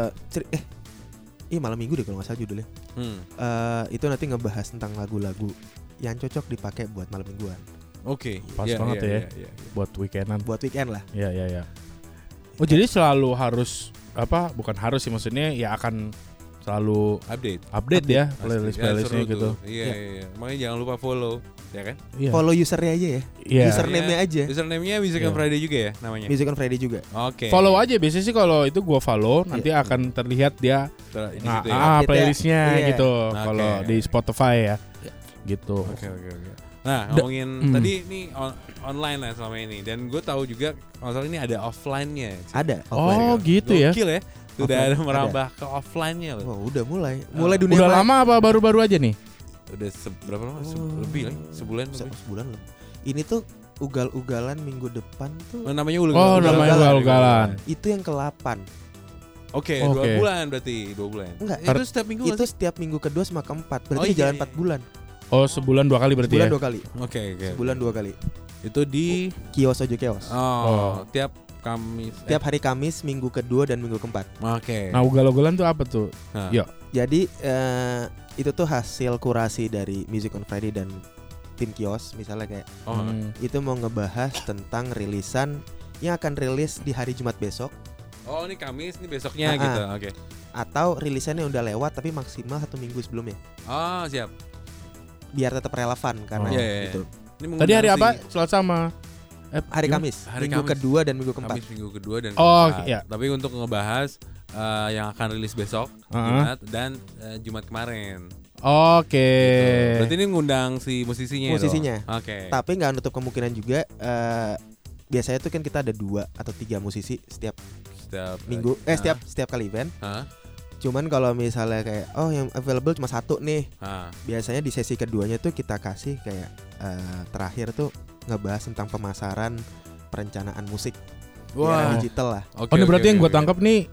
malam minggu deh kalau nggak salah judulnya. Itu nanti ngebahas tentang lagu-lagu yang cocok dipakai buat malam mingguan, Oke. Pas Iya, banget iya, ya. iya, iya. Buat weekendan. buat weekend lah. Iya. Oh, jadi selalu harus apa? Bukan harus sih, maksudnya ya akan selalu update ya Pasti. playlist-playlistnya Ya, seru gitu. tuh. Iya. Makanya jangan lupa follow, ya kan? Iya. Follow usernya aja ya. Iya. Username-nya aja. Username-nya Music on Iya. Friday juga ya namanya. Music on Friday juga. Oke. Follow aja biasanya sih kalau itu gua follow nanti Iya. akan terlihat dia Di situ ya. Update-nya, playlistnya iya. gitu Oke. kalau di Spotify ya. Gitu. Oke. Nah, ngomongin tadi ini online lah selama ini dan gue tahu juga kalau ini ada offline-nya. Ada. Oh, gitu ya. Gokil ya. Sudah Offline ada merambah ke offline-nya loh. Oh, udah mulai dunia Udah maya. lama apa baru-baru aja nih? Udah berapa lama? Lebih lah, sebulan lebih. Sebulan lebih. Ini tuh ugal-ugalan minggu depan tuh. Namanya Oh, namanya ugal-ugalan. Itu yang ke-8. Oke, Oke. 2 bulan berarti, 2 bulan. Enggak, Itu setiap minggu itu nggak sih? setiap minggu kedua sama keempat. Berarti Oh, iya, jalan iya. 4 bulan. Oh, sebulan 2 kali berarti Sebulan ya. 2 kali. Oke. Sebulan 2 kali. Itu di Kios Ojo Kios. tiap Kamis. Tiap hari Kamis, minggu kedua dan minggu keempat. Oke. Nah, ugal-ugalan tuh apa tuh? Nah. Yuk. Jadi itu tuh hasil kurasi dari Music on Friday dan tim Kios. Misalnya kayak Oh, itu mau ngebahas tentang rilisan yang akan rilis di hari Jumat besok, oh ini Kamis, ini besoknya Ah, gitu. Oke. atau rilisannya udah lewat tapi maksimal 1 minggu sebelumnya, Oh, siap. biar tetap relevan karena Oh. Iya, iya, gitu. Ini Tadi hari mengundang apa? si- Selasa sama Hari gimana? Kamis, Hari minggu Kamis. kedua dan minggu keempat. Kamis minggu kedua dan Oh, keempat. iya. Tapi untuk ngebahas yang akan rilis besok Uh-huh. Jumat dan Jumat kemarin. Oke. Gitu. Berarti ini ngundang si musisinya. Musisinya. dong? Oke. Tapi nggak nutup kemungkinan juga biasanya tuh kan kita ada 2 atau 3 musisi setiap Setiap minggu, setiap kali event. Hah? Cuman kalau misalnya kayak yang available cuma 1 nih, Hah. biasanya di sesi keduanya tuh kita kasih kayak terakhir tuh ngebahas tentang pemasaran perencanaan musik di era Wah. digital lah, Oke, Oh, ini oke, berarti yang oke, gue oke. tangkap nih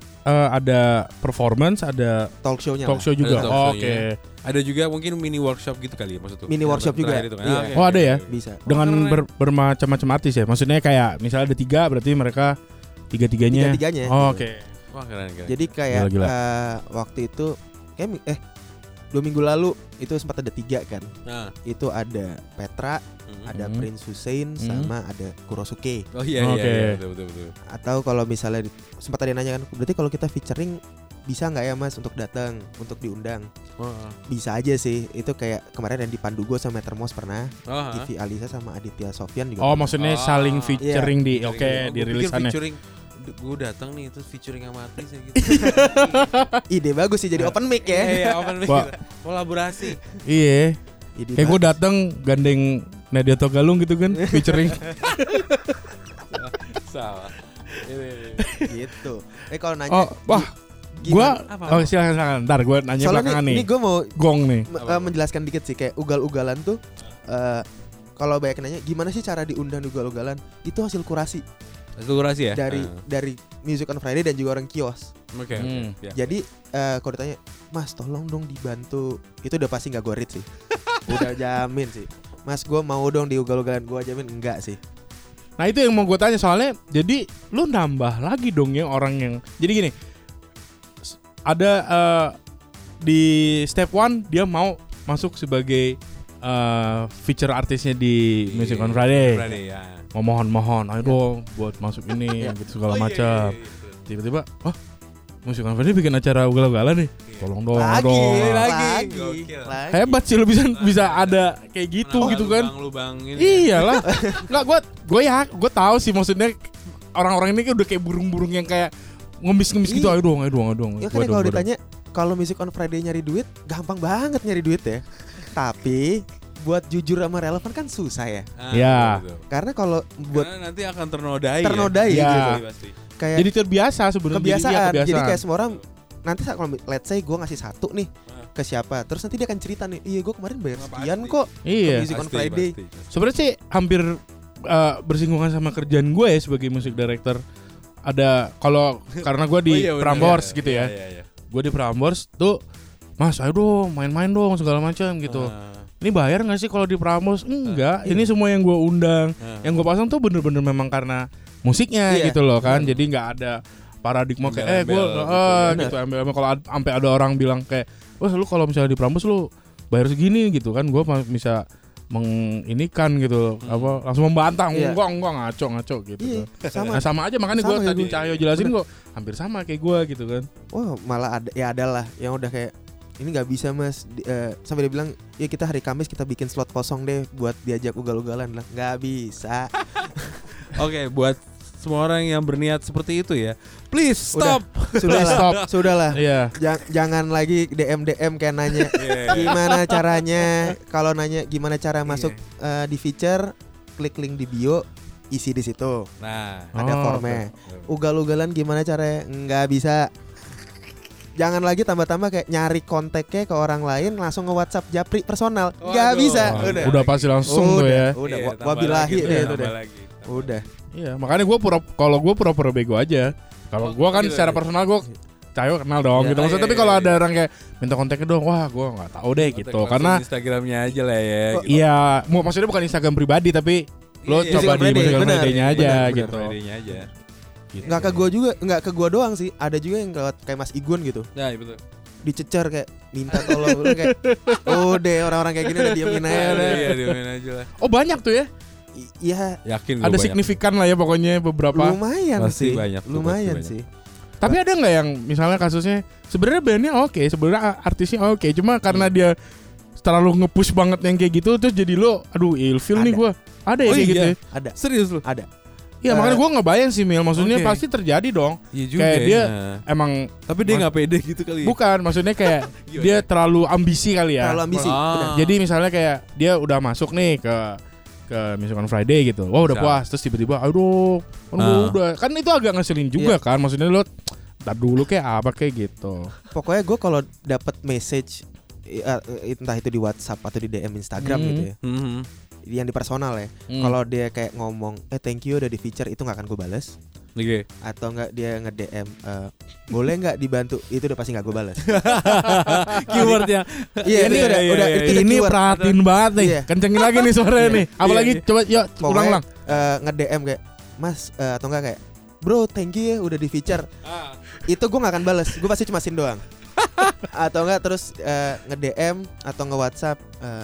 ada performance, ada talk show-nya talk lah. show juga. Ada talk Oh, show-nya. Oke. Ada juga mungkin mini workshop gitu kali ya maksud tuh. Mini Yang workshop juga. terakhir itu kan? Iya. Oke, Oh, oke, ada ya? oke. Bisa. Dengan keren. bermacam-macam artis ya. Maksudnya kayak misalnya ada 3 berarti mereka tiga-tiganya. Tiga-tiganya. Oh, Oke. Wah, keren. Jadi kayak Gila. waktu itu kayak 2 minggu lalu itu sempat ada 3 kan. Nah. Itu ada Petra, ada Prince Hussein, sama ada Kurosuke. Oh iya Oke. iya, betul. Atau kalau misalnya sempat ada yang nanya kan, berarti kalau kita featuring bisa nggak ya Mas untuk datang, untuk diundang? Bisa aja sih. Itu kayak kemarin yang di Pandugo sama Metermos pernah, TV Alisa sama Aditya Sofyan juga. Oh, maksudnya saling featuring di Featuring. di Gua pikir rilisannya. featuring gue datang nih terus featuring sama artis ya gitu. Ide bagus sih jadi open mic ya. Iya, open mic. Wah. Kolaborasi. Iya. Ide Kayak gue bagus. datang gandeng Nadia Togalung gitu kan, featuring. Salah. gitu. Kalau nanya Oh, wah, gimana? gua silakan. Ntar gue nanya Soalnya belakangan nih. ini gue mau Gong nih. menjelaskan dikit sih kayak ugal-ugalan tuh kalau banyak nanya gimana sih cara diundang di ugal-ugalan itu hasil kurasi Kurasi ya? dari Music on Friday dan juga orang kios. Oke. Ya. Jadi kalau ditanya Mas tolong dong dibantu, itu udah pasti nggak gue read sih. Udah jamin sih Mas gue mau dong di ugal-ugalan, gue jamin enggak sih. Nah itu yang mau gue tanya soalnya jadi lu nambah lagi dong ya orang yang jadi gini ada di step 1 dia mau masuk sebagai feature artisnya di Music on Friday. Ya. Mohon ayo dong buat masuk ini gitu segala macam. Tiba-tiba Music on Friday bikin acara ugal-ugalan nih. Tolong dong, Lagi. Hebat sih lu bisa ada kayak gitu gitu kan. Lubang ini. Iyalah. Enggak gue tahu sih maksudnya orang-orang ini kan udah kayak burung-burung yang kayak ngemis-ngemis gitu. Ayo dong. Ya kan kalau ditanya kalau Music on Friday nyari duit gampang banget nyari duit ya. Tapi buat jujur sama relevan kan susah ya. Ya. Karena kalau buat karena nanti akan ternodai ya. Ya. Gitu. Kayak Jadi terbiasa sebenarnya. kebiasaan. Jadi kayak semua orang nanti kalau let's say gue ngasih 1 nih ke siapa, terus nanti dia akan cerita nih, iya gue kemarin bayar sekian kok Iya. ke Music on Friday. Sebenarnya sih hampir bersinggungan sama kerjaan gue ya sebagai music director. Ada kalau karena gue di Prambors gitu ya. Gue di Prambors tuh, Mas ayo dong main-main dong segala macam gitu. Ini bayar nggak sih kalau di Prambors? Enggak. Ini semua yang gue undang, yang gue pasang tuh bener-bener memang karena musiknya gitu loh kan. Jadi nggak ada paradigma kayak gue gitu ambil kalau sampai ada orang bilang kayak, wah lu kalau misalnya di Prambors lu bayar segini gitu kan, gue bisa menginikan gitu apa langsung membantah enggak ngaco gitu. Iya, sama aja makanya gue tadi Cahyo jelasin kok hampir sama kayak gue gitu kan. Wah malah ada lah yang udah kayak ini nggak bisa mas sampai dia bilang ya kita hari Kamis kita bikin slot kosong deh buat diajak ugal-ugalan lah, nggak bisa. Oke, buat semua orang yang berniat seperti itu ya, please stop. Sudahlah. Iya. Jangan lagi DM kayak nanya gimana caranya. Kalau nanya gimana cara masuk di feature, klik link di bio, isi di situ. Nah, ada formnya. Ugal-ugalan gimana caranya? Nggak bisa. Jangan lagi tambah-tambah kayak nyari kontaknya ke orang lain langsung nge-WhatsApp japri personal. Nggak bisa. Udah pasti langsung tuh ya. Udah wabillahi deh itu deh. Udah. Iya, makanya gue pura-pura bego aja. Kalau gue kan gitu secara ya? personal gue Cahyo kenal dong gitu. Maksudnya tapi kalau ada orang kayak minta kontaknya dong, wah gue nggak tahu deh gitu. Karena Instagramnya aja lah ya. Gitu. Iya, maksudnya bukan Instagram pribadi tapi lo coba di Music on Friday-nya aja gitu. Gitu. Nggak ke gue juga, nggak ke gue doang sih. Ada juga yang lewat kayak Mas Igun gitu. Nah, betul. Dicecer kayak minta tolong kayak deh orang-orang kayak gini udah diemin aja udah. Iya, diemin aja lah. Oh banyak tuh ya? Iya. Yakin ada signifikan lah ya pokoknya beberapa. Lumayan pasti sih. Banyak, lumayan pasti sih. Tapi ada nggak yang misalnya kasusnya sebenarnya bandnya oke, sebenarnya artisnya oke, cuma karena dia terlalu nge-push banget yang kayak gitu terus jadi lo aduh ilfil nih gue. Ada ya kayak gitu ya? Ada. Serius lu? Ada. Iya makanya gue ngebayang sih Mil, maksudnya pasti terjadi dong. Iya juga. Kayak dia emang tapi dia nggak pede gitu kali. Bukan, maksudnya kayak dia terlalu ambisi kali ya. Terlalu ambisi. Jadi misalnya kayak dia udah masuk nih ke Music on Friday gitu. Wah udah puas terus tiba-tiba aduh udah kan itu agak ngeselin juga kan. Maksudnya lo tar dulu kayak apa kayak gitu. Pokoknya gue kalau dapat message entah itu di WhatsApp atau di DM Instagram gitu ya. Yang di personal ya. Kalau dia kayak ngomong thank you udah di feature, itu nggak akan gue balas. Okay. Atau nggak dia nge-DM boleh nggak dibantu, itu udah pasti nggak gue balas. Keywordnya. Iya ini udah ini perhatiin banget nih. Kencengin lagi nih suaranya nih. Apalagi coba yuk ulang-ulang. Nge-DM kayak Mas atau enggak kayak bro thank you ya udah di feature. Itu gue nggak akan balas. Gue pasti cuma sin doang. Atau enggak terus nge-DM atau nge-WhatsApp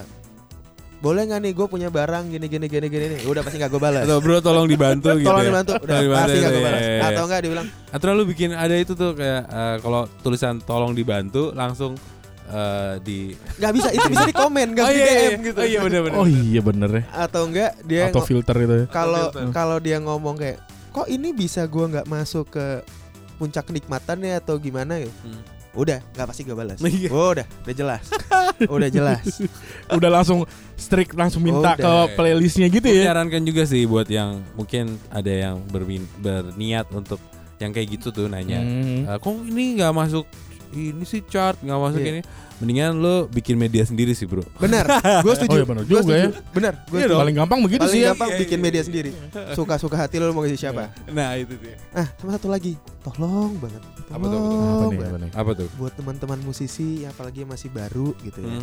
boleh nggak nih gue punya barang gini nih, udah pasti nggak gue balas. Atau bro tolong dibantu gitu. Tolong dibantu, udah pasti nggak gue balas. Iya. Atau nggak dia bilang. Atau lu bikin ada itu tuh kayak kalau tulisan tolong dibantu langsung di. Nggak bisa, itu bisa di komen, nggak di DM gitu. Oh iya benar. Oh iya bener ya. Atau enggak dia atau filter itu. Kalau dia ngomong kayak kok ini bisa gue nggak masuk ke puncak kenikmatannya atau gimana gitu. Udah, nggak pasti gue balas. Iya. Udah jelas. Udah jelas. Udah langsung strict langsung minta Udah. ke playlistnya gitu Gue ya. sarankan juga sih buat yang mungkin ada yang berniat untuk yang kayak gitu tuh nanya. Kok ini nggak masuk ini sih chart nggak masuk Iya. ini. Mendingan lo bikin media sendiri sih bro. Benar, gue setuju. Oh iya benar Gua juga ya. setuju. Benar, gue Iya setuju. Paling gampang begitu Paling sih ya. gampang Iya, bikin iya, media iya. sendiri. Suka-suka hati lo mau ngisi siapa. Nah itu dia. Sama satu lagi, tolong banget. Apa tuh? Tolong Apa nih? banget. Apa nih? Apa tuh? Buat teman-teman musisi apalagi yang masih baru gitu ya.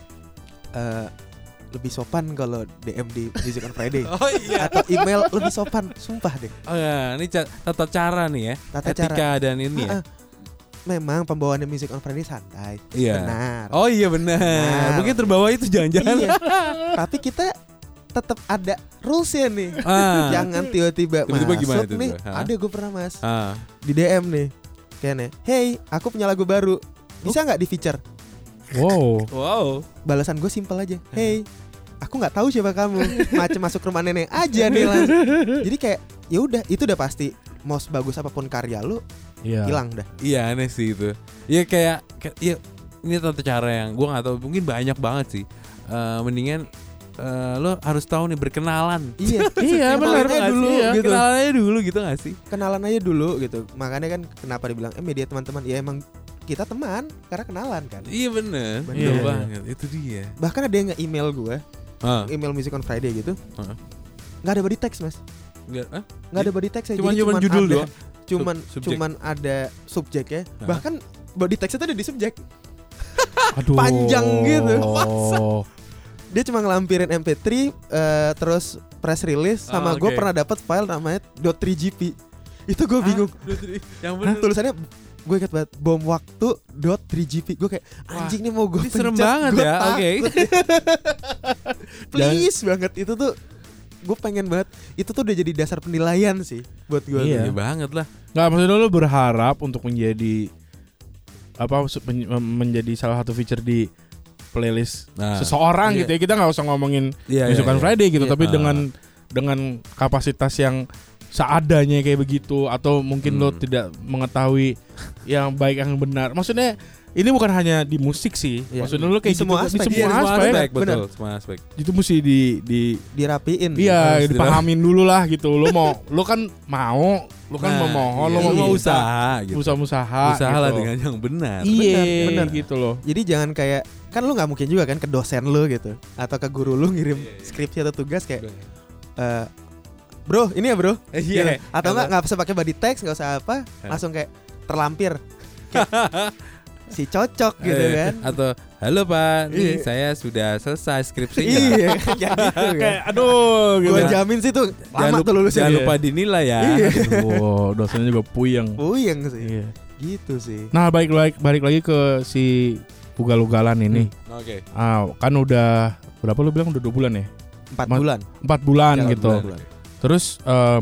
Lebih sopan kalau DM di Music on Friday. Oh iya. Atau email lebih sopan, sumpah deh. Oh ya, ini tata cara nih ya. Tata Etika cara. dan ini ya. Memang pembawaannya Music on Friday santai. Iya. Benar. Oh iya benar. Benar. Mungkin terbawa itu jangan-jangan. Iya. Tapi kita tetap ada rulesnya nih. Ah. Jangan tiba-tiba Tiba-tiba masuk gimana tuh, nih. Bro? Hah? Ada gue pernah mas Ah. di DM nih. Kayaknya, hey, aku punya lagu baru. Bisa nggak di feature? Wow. Wow. Balasan gue simpel aja. Hey, aku nggak tahu siapa kamu. Macam masuk rumah nenek aja nih langsung. Jadi kayak ya udah, itu udah pasti. Mau sebagus apapun karya lu, Iya. hilang dah. Iya aneh sih itu. Iya kayak iya ini tata cara yang gua nggak tahu mungkin banyak banget sih. Mendingan lo harus tahu nih berkenalan. Iya, Iya benar Kenalan aja dulu Iya, gitu. kenalan aja dulu gitu gak sih? Kenalan aja dulu gitu. Makanya kan kenapa dibilang media teman-teman. Ya emang kita teman karena kenalan kan. Iya bener. Bener. Betul Iya. banget. Itu dia. Bahkan ada yang nge-email gue, Ah. email Music on Friday gitu. Heeh. Nggak ada body text mas. Nggak, Nggak ada body text ya. Cuman Jadi judul ada, doang. Subjek. Cuman ada subjek ya. Hah? Bahkan body text itu ada di subjek. Aduh. Panjang gitu. Oh. Dia cuma ngelampirin MP3 terus press release sama Oh, gue oke. pernah dapat file namanya .3gp. Itu gue bingung. Yang Hah, bener. tulisannya gue ingat banget bom waktu .3gp. Gue kayak anjing nih mau gue Ini serem pencet, banget gua ya. takut. Oke. Please banget itu tuh gue pengen banget. Itu tuh udah jadi dasar penilaian sih buat gue. Iya. Iya banget lah. Nggak, maksudnya lo berharap untuk menjadi menjadi salah satu feature di playlist Nah, seseorang iya. gitu ya. Kita nggak usah ngomongin Iya, Music on Friday gitu, Iya. tapi Ah. dengan kapasitas yang seadanya kayak begitu, atau mungkin lo tidak mengetahui yang baik yang benar. Maksudnya ini bukan hanya di musik sih. Iya. Maksudnya lo kayak Di semua gitu, aspek. di Iya, semua semua aspek. aspek, Bener. betul, semua aspek. Itu mesti Dirapiin. iya Harus dipahamin dulu lah gitu. Lo kan mau, lo kan Nah, memohon, iya, lo mau lu mau minta, usaha gitu. usaha Usaha lah gitu. dengan yang benar. Iya, Bener. gitu loh. Jadi jangan kayak kan lu nggak mungkin juga kan ke dosen lu gitu atau ke guru lu ngirim skripsi atau tugas kayak bro ini ya bro. Iya. Gitu. Atau nggak usah pakai body text, nggak usah apa, langsung kayak terlampir. Kayak, si cocok gitu kan. Atau halo Pak, nih Iya. saya sudah selesai skripsinya. Iya, kayak gitu kan. Kayak aduh gitu. Gua jamin sih tuh lama tuh lulusnya. Jangan lupa dinilai ya. Iya. Wow, dosennya juga puyeng. Puyeng sih. Iya. Gitu sih. Nah, balik lagi ke si ugal-ugalan ini. Oke. Kan udah berapa lu bilang udah 2 bulan ya? 4 Ma- bulan. 4 bulan Jalan gitu. 4 bulan. Terus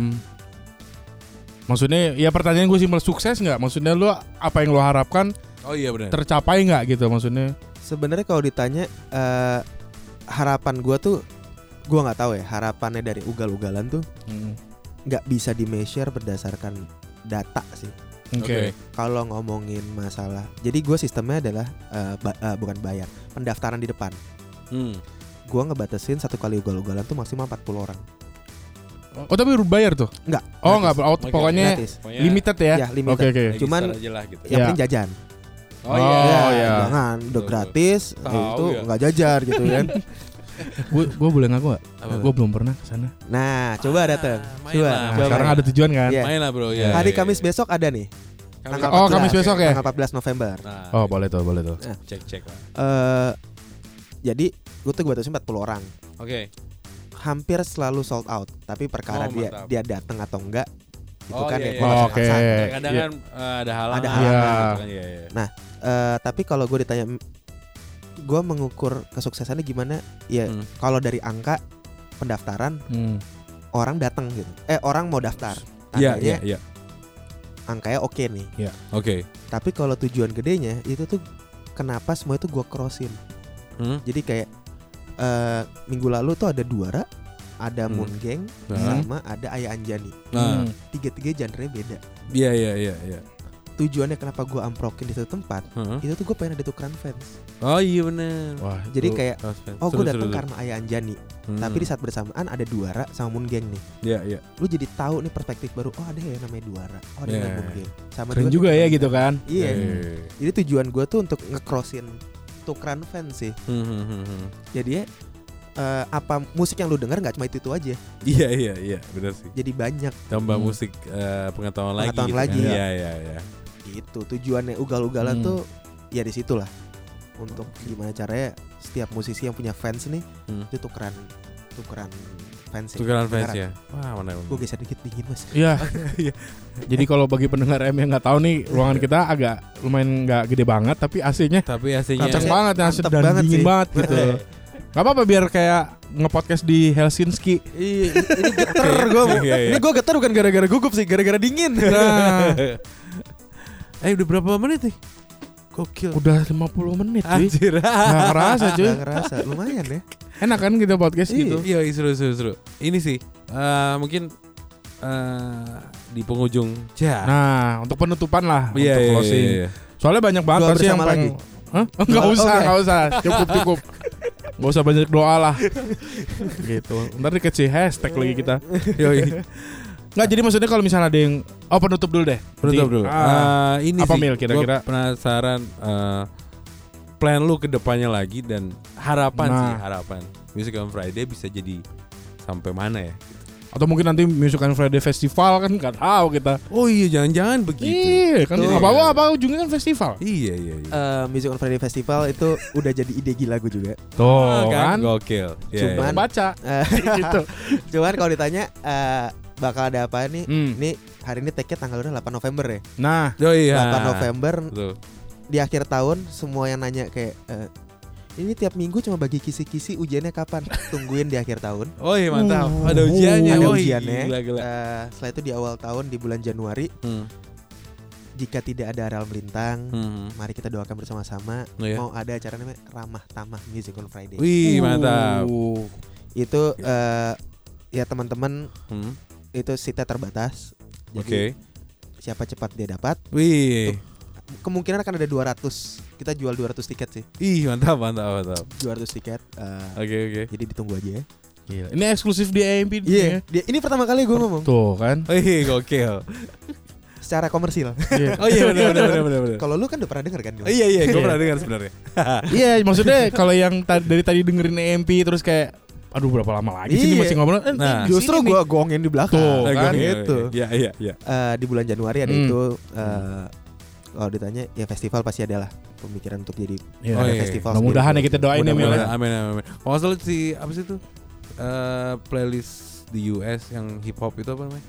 maksudnya ya pertanyaan gue simpel, sukses nggak? Maksudnya lu apa yang lu harapkan Oh iya benar. tercapai nggak gitu maksudnya? Sebenarnya kalau ditanya harapan gua tuh gua nggak tahu ya, harapannya dari ugal-ugalan tuh nggak bisa di measure berdasarkan data sih. Oke. Kalau ngomongin masalah, jadi gue sistemnya adalah bukan bayar, pendaftaran di depan. Gue ngebatasin satu kali ugal-ugalan tuh maksimal 40 orang. Oh tapi bayar tuh? Enggak. Oh nggak, Oke. pokoknya Gratis. limited ya? Ya, limited. Oke oke. Cuman aja lah gitu. Yang Ya. penting jajan. Oh Oh, iya. iya. Jangan udah Betul. gratis, Tahu itu ya. nggak jajar gitu kan. Gue boleh ngaku nggak? Apa? Gue belum pernah kesana. Nah, coba datang. main Coba. lah. Nah, coba. sekarang ada tujuan kan? Iya. Main lah bro ya. Hari ya, Kamis ya. besok ada nih. Tanggal Oh, 14. Kamis besok ya? Tanggal 14 November. Nah, Oh boleh tuh, boleh tuh. cek lah. Jadi gue tuh batasin 40 orang. Oke. Hampir selalu sold out, tapi perkara Oh, mantap. dia datang atau enggak itu Oh, kan iya, ya iya. gua nggak bisa Oke. maksa. Kadang Iya. kan ada halangan. Ada halangan. gitu kan, iya, iya. Tapi kalau gue ditanya gue mengukur kesuksesannya gimana? Ya kalau dari angka pendaftaran orang datang gitu. Orang mau daftar. Iya, Tandanya iya. angkanya oke nih. Oke. Tapi kalau tujuan gedenya itu tuh kenapa semua itu gue crossin. Jadi kayak minggu lalu tuh ada Duara, ada Moon Gang, sama ada Aya Anjani. Nah, Tiga-tiga genre beda. iya. Tujuannya kenapa gue amprokin di satu tempat, itu tuh gue pengen ada tukeran fans. Oh iya benar. Wah, Jadi itu- kayak, Seru, gue datang seru. karena Aya Anjani, tapi di saat bersamaan ada Duara sama Moon Gang nih. Iya. Lu jadi tahu nih perspektif baru. Oh ada ya namanya Duara, oh ada Iya. namanya Moon Gang. Sama keren juga ya gitu kan. Iya. Iya. Jadi tujuan gue tuh untuk nge-crossin tukeran fans sih. Jadi ya apa musik yang lu denger nggak cuma itu aja. Iya, benar sih. Jadi banyak Tambah musik pengetahuan lagi. Pengetahuan gitu lagi. Kan? Iya. gitu. Tujuannya ugal-ugalan tuh ya di situlah. Untuk gimana caranya setiap musisi yang punya fans nih itu tukeran fans. Tukeran fans ya. Wah, mana. Gue geser dikit dingin mas. Iya. Jadi kalau bagi pendengar M yang nggak tahu nih, ruangan kita agak lumayan nggak gede banget, tapi AC-nya Tapi AC-nya kenceng banget ya, mantep dan banget dingin sih. banget gitu. Gak apa-apa biar kayak nge-podcast di Helsinki. Iya, ini geter gue. Iya. Ini gue geter bukan gara-gara gugup sih, gara-gara dingin. Nah, Udah berapa menit nih? Gokil. udah 50 menit cuy. Anjir. Gak kerasa cuy. Nggak ngerasa, lumayan ya. Enak kan kita podcast gitu. Iya, seru. Ini sih mungkin di penghujung. Nah, untuk penutupan lah, Iya, untuk closing. iya. Soalnya banyak banget Doa pasti yang bersama pengen. Hah? Enggak usah, Oke. enggak usah. Cukup. Enggak usah banyak doa lah. Gitu. Ntar dikasih hashtag lagi kita. Yoi. Enggak, jadi maksudnya kalau misalnya ada yang penutup dulu deh. Penutup dulu. Ini apa, sih, Mil, kira-kira? gua penasaran plan lu ke depannya lagi dan harapan Music on Friday bisa jadi sampai mana ya? Atau mungkin nanti Music on Friday Festival kan nggak tahu kita. Oh iya, jangan-jangan begitu. Iya kan Tuh. apa ujungnya kan festival. Iya. Music on Friday Festival itu udah jadi ide gila gue juga. Tuh kan. Gokil. Iya, Cuman- Baca gitu. Cuman kalau ditanya bakal ada apa nih? Hmm. Ini hari ini take-nya tanggal udah 8 November ya. Nah, iya. 8 November Betul. di akhir tahun semua yang nanya kayak ini tiap minggu cuma bagi kisi-kisi ujiannya kapan? Tungguin di akhir tahun. Oh iya, mantap. Ada ujiannya. Ada Wih, ujiannya. Gila. Setelah itu di awal tahun di bulan Januari, jika tidak ada aral melintang, mari kita doakan bersama-sama. Oh, iya? Mau ada acara namanya Ramah Tamah Music on Friday. Wih, mantap. Itu ya teman-teman Hmm. itu seatnya terbatas. Oke. Jadi siapa cepat dia dapat. Wih. Kemungkinan akan ada 200. Kita jual 200 tiket sih. Ih, mantap. 200 tiket. Oke. Jadi ditunggu aja ya. gila. Ini eksklusif di AMP Iya. Ini pertama kali gue ngomong Tuh kan. Wih, gokil. secara komersil. Oh iya, benar. Kalau lu kan udah pernah denger kan? Gil? Iya, gue Iya. pernah dengar sebenarnya. Iya, maksudnya kalau yang dari tadi dengerin AMP terus kayak aduh berapa lama lagi sih ini Iya. masih ngobrol. Nah, di Justru sini gue gongin di belakang. Tuh, kan? gitu. Iya. Di bulan Januari ada itu. Kalau ditanya ya festival pasti ada lah pemikiran untuk jadi nih. Oh, Iya. iya. festival. Mudah-mudahan ya sendiri. kita doain ya Mil. Amin. Kalau nggak salah si apa sih itu playlist di US yang hip hop itu apa namanya?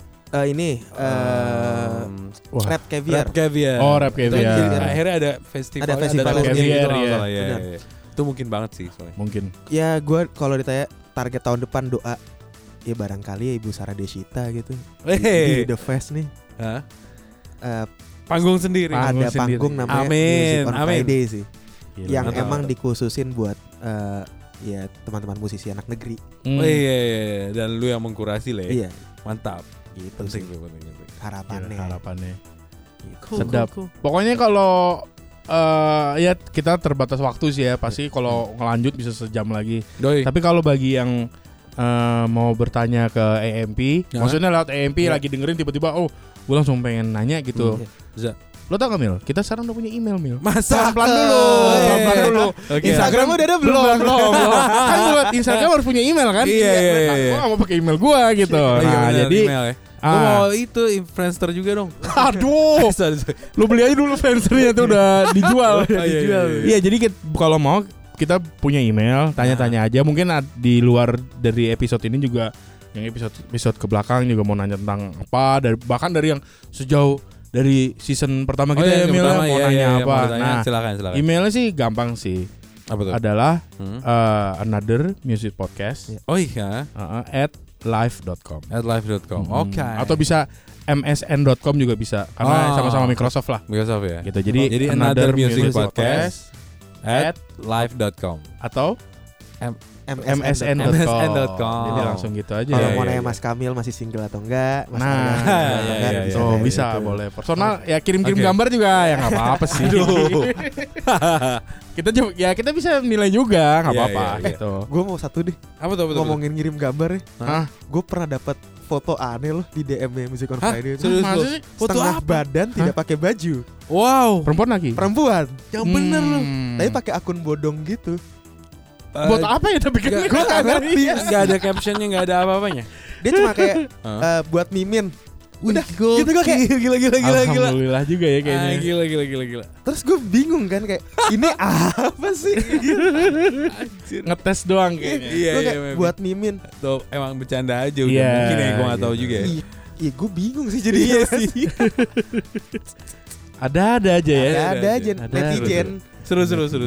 Wah. Rap Caviar. Rap Caviar. Oh, Rap Itu Caviar. jadi akhirnya ada festival. Ada festival tahun Caviar, ini gitu, iya. kalau nggak salah. Benar. Iya. Itu mungkin banget sih soalnya. Mungkin. Ya gue kalau ditanya target tahun depan doa ya barangkali ya Ibu Sarah Desita gitu di The Fest nih. Hah? Eh, Panggung sendiri. Panggung ada sendiri. panggung namanya Amin, Music on amin. Friday sih Gila. yang mantap. emang dikhususin buat ya teman-teman musisi anak negeri. Hmm. Oh iya. Dan lu yang mengkurasi lah ya. Iya Mantap. gitu Penting sih tuh, penting. harapannya. Gila, harapannya. Gitu. Sedap. Pokoknya kalau ya kita terbatas waktu sih ya. Pasti kalau ngelanjut bisa sejam lagi. Doi. Tapi kalau bagi yang mau bertanya ke AMP, Ya. maksudnya lewat AMP Ya. lagi dengerin tiba-tiba, oh, gue langsung pengen nanya gitu. Iya. Lo tau gak Mil? Kita sekarang udah punya email Mil. Masa Pelan-pelan dulu, pelan-pelan dulu. Oke. Instagram udah ada belum. Kan buat Instagram harus punya email kan? Iya. Gue gak mau pakai email gue gitu. Oh, iya, Nah, bener, jadi email ya. Gua mau itu Friendster juga dong. aduh, lu beli aja dulu Friendster-nya tuh udah dijual. iya. Iya, jadi kalau mau kita punya email, tanya-tanya aja. Mungkin di luar dari episode ini juga yang episode ke belakang juga mau nanya tentang apa, bahkan dari yang sejauh dari season pertama kita ya, Mil, mau nanya apa. Nah, silakan. emailnya sih gampang sih. Apa tuh? Adalah Hmm. another music podcast Oh iya, at live.com. @live.com. Oke. Atau bisa msn.com juga bisa karena Oh. sama-sama Microsoft lah. Microsoft ya. Gitu. Jadi Another Music Podcast Podcast @live.com. atau msn.com. Jadi langsung gitu aja. Kalau Iya, mau iya, nanya iya. Mas Kamil masih single atau enggak, Mas Nah, Arya single atau iya, enggak, iya, iya. Oh kayak bisa gitu. boleh personal ya kirim-kirim Oke. gambar juga ya nggak apa-apa sih. kita bisa nilai juga nggak Iya, apa-apa iya, iya. gitu. Gue mau satu deh Apa tuh? ngomongin ngirim gambar ya. Hah? Gue pernah dapat foto aneh loh di DM Music on Hah? Friday itu. Serius Masa lu? sih? Foto Setengah apa? badan tidak pakai baju. Wow. Perempuan lagi? Perempuan. Yang bener lu. Tapi pakai akun bodong gitu. Buat apa ya tapi kan? Gue gak ngerti. Gak ada captionnya, gak ada apa-apanya. Dia cuma kayak Hah? buat mimin. Udah Gokil. gitu gue kayak gila. Alhamdulillah juga ya kayaknya. Gila. Terus gue bingung kan kayak ini apa sih? Ngetes doang kayaknya. Iya, Gue iya, kayak maybe. buat mimin. Tuh emang bercanda aja udah Iya, mungkin ya, gue gak tahu gitu. juga ya. Iya gue bingung sih jadinya sih. Ada aja ya. Ada aja Ada. netizen. Seru.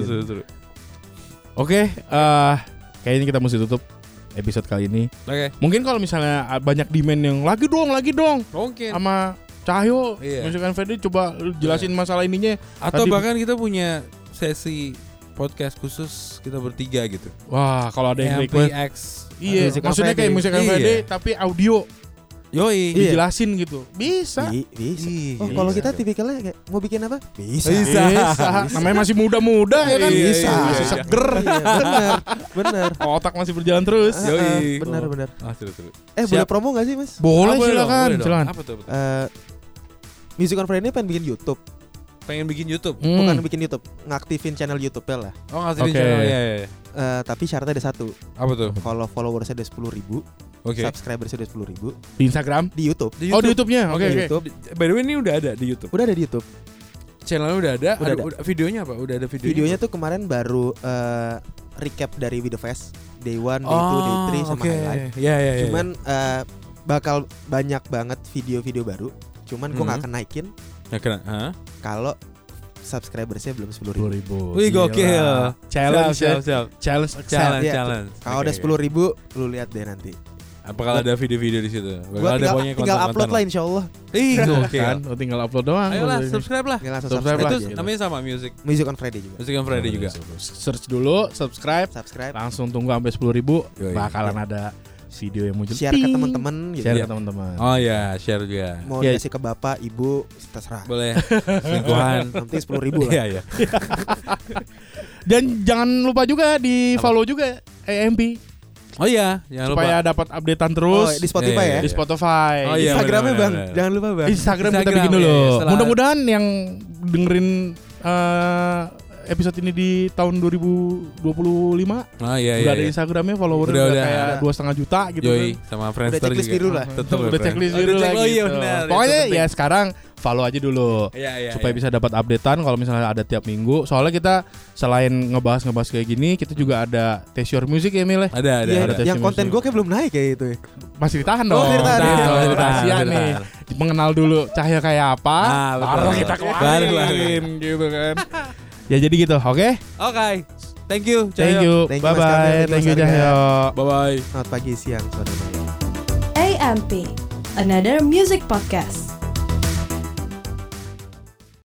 Oke, kayaknya kita mesti tutup episode kali ini. Oke. Mungkin kalau misalnya banyak demand yang lagi dong Mungkin. sama Cahyo, Iya. misalkan Ferdi coba jelasin masalah ininya. Atau Tadi- bahkan kita punya sesi podcast khusus kita bertiga gitu. Wah, kalau ada yang request, MPX. iya, Music on maksudnya kayak Friday. Music on Iya. Friday tapi audio Yoi. Iya. dijelasin gitu. Bisa. Bisa. Iya, Oh kalau bisa. kita tipikalnya kayak mau bikin apa? Bisa. Bisa. Namanya masih muda-muda ya kan. Iya, Bisa. Masih iya. seger. Iya, bener. Otak masih berjalan terus. Yoi. Bener. Ah, seru. Boleh promo gak sih mas? Boleh Ah, silakan, dong. silakan. Apa tuh? Music on Friday ini pengen bikin YouTube. Pengen bikin YouTube. Bukan bikin YouTube, ngaktifin channel YouTube-nya lah. Oh, ngasihin Oke. channel ya. Tapi syaratnya ada satu. Apa tuh? Kalau followersnya udah 10.000, Oke. subscribersnya udah 10.000 Di Instagram. di YouTube. Oh di YouTube-nya. Oke Di oke. YouTube. By the way ini udah ada di YouTube. Udah ada di YouTube. Channelnya udah ada. Udah ada. Videonya apa? Udah ada videonya. Videonya tuh kemarin baru recap dari With The Fest Day 1, Day 2, Day 3 sama oke. highlight. Iya. Cuman bakal banyak banget video-video baru. Cuman gue nggak akan naikin Ya kena. Hah? kalau subscribersnya belum 10.000. 10.000. Wih, gokil. Challenge Siap. Challenge accept. Challenge, Iya, challenge. Kalau Oke, udah oke. 10.000 lu lihat deh nanti. Apakah ada video-video di situ? Gue Bakal ada pokoknya tinggal konten-konten upload lah insya Allah. Ih, gokil. Kan, lo tinggal upload doang. Ayolah, Udah. subscribe lah. Tinggal langsung Subscribe subscribe, lah. Itu aja. namanya sama music. Music on Friday juga. Music on Friday juga. Search dulu, subscribe, Subscribe, langsung tunggu sampai 10.000 Yoi. bakalan ada video yang muncul. share ke Ting. teman-teman gitu. Share Iya. ke teman-teman. Oh ya, share juga. Mau Iya. dikasih ke bapak, ibu, terserah. Boleh. Selingkuhan. Nanti 10.000 lah. Iya, iya. Dan jangan lupa juga di follow juga AMP Oh iya, jangan lupa. supaya dapat updatean terus Oh, di Spotify Iya, ya. di Spotify. Oh, iya. Instagramnya benar, bang, benar. jangan lupa bang. Instagram kita Instagram, bikin dulu. iya, setelah- Mudah-mudahan yang dengerin episode ini di tahun 2025 Oh iya, udah iya. ada iya. Instagramnya follower Udah, udah udah. kayak 2,5 juta gitu Yoi, kan. sama Friendster checklist juga. biru lah. Tetep Udah checklist Oh, dulu udah lah check- oh iya, gitu. benar. Pokoknya Itu ya sekarang follow aja dulu. Iya, iya. Supaya iya. bisa dapat updatean kalau misalnya ada tiap minggu. Soalnya kita selain ngebahas kayak gini, kita juga ada Taste Your Music ya Mil ya? Ada, ada. Iya, ada. yang konten gue kayak belum naik kayak itu ya. Masih ditahan Oh, dong. ditahan, Gitu, ditahan, rahasia ditahan, nih. ditahan. Mengenal dulu Cahyo kayak apa, Ah, betul. baru kita Baru keluarin gitu kan. Ya jadi gitu, oke? Oke. Thank you. Thank you. Thank you, Mas Kamil. Bye-bye. Thank you, Thank you Mas Arga. Cahyo. Bye bye. Selamat pagi, siang, sore, malam. AMP, another music podcast.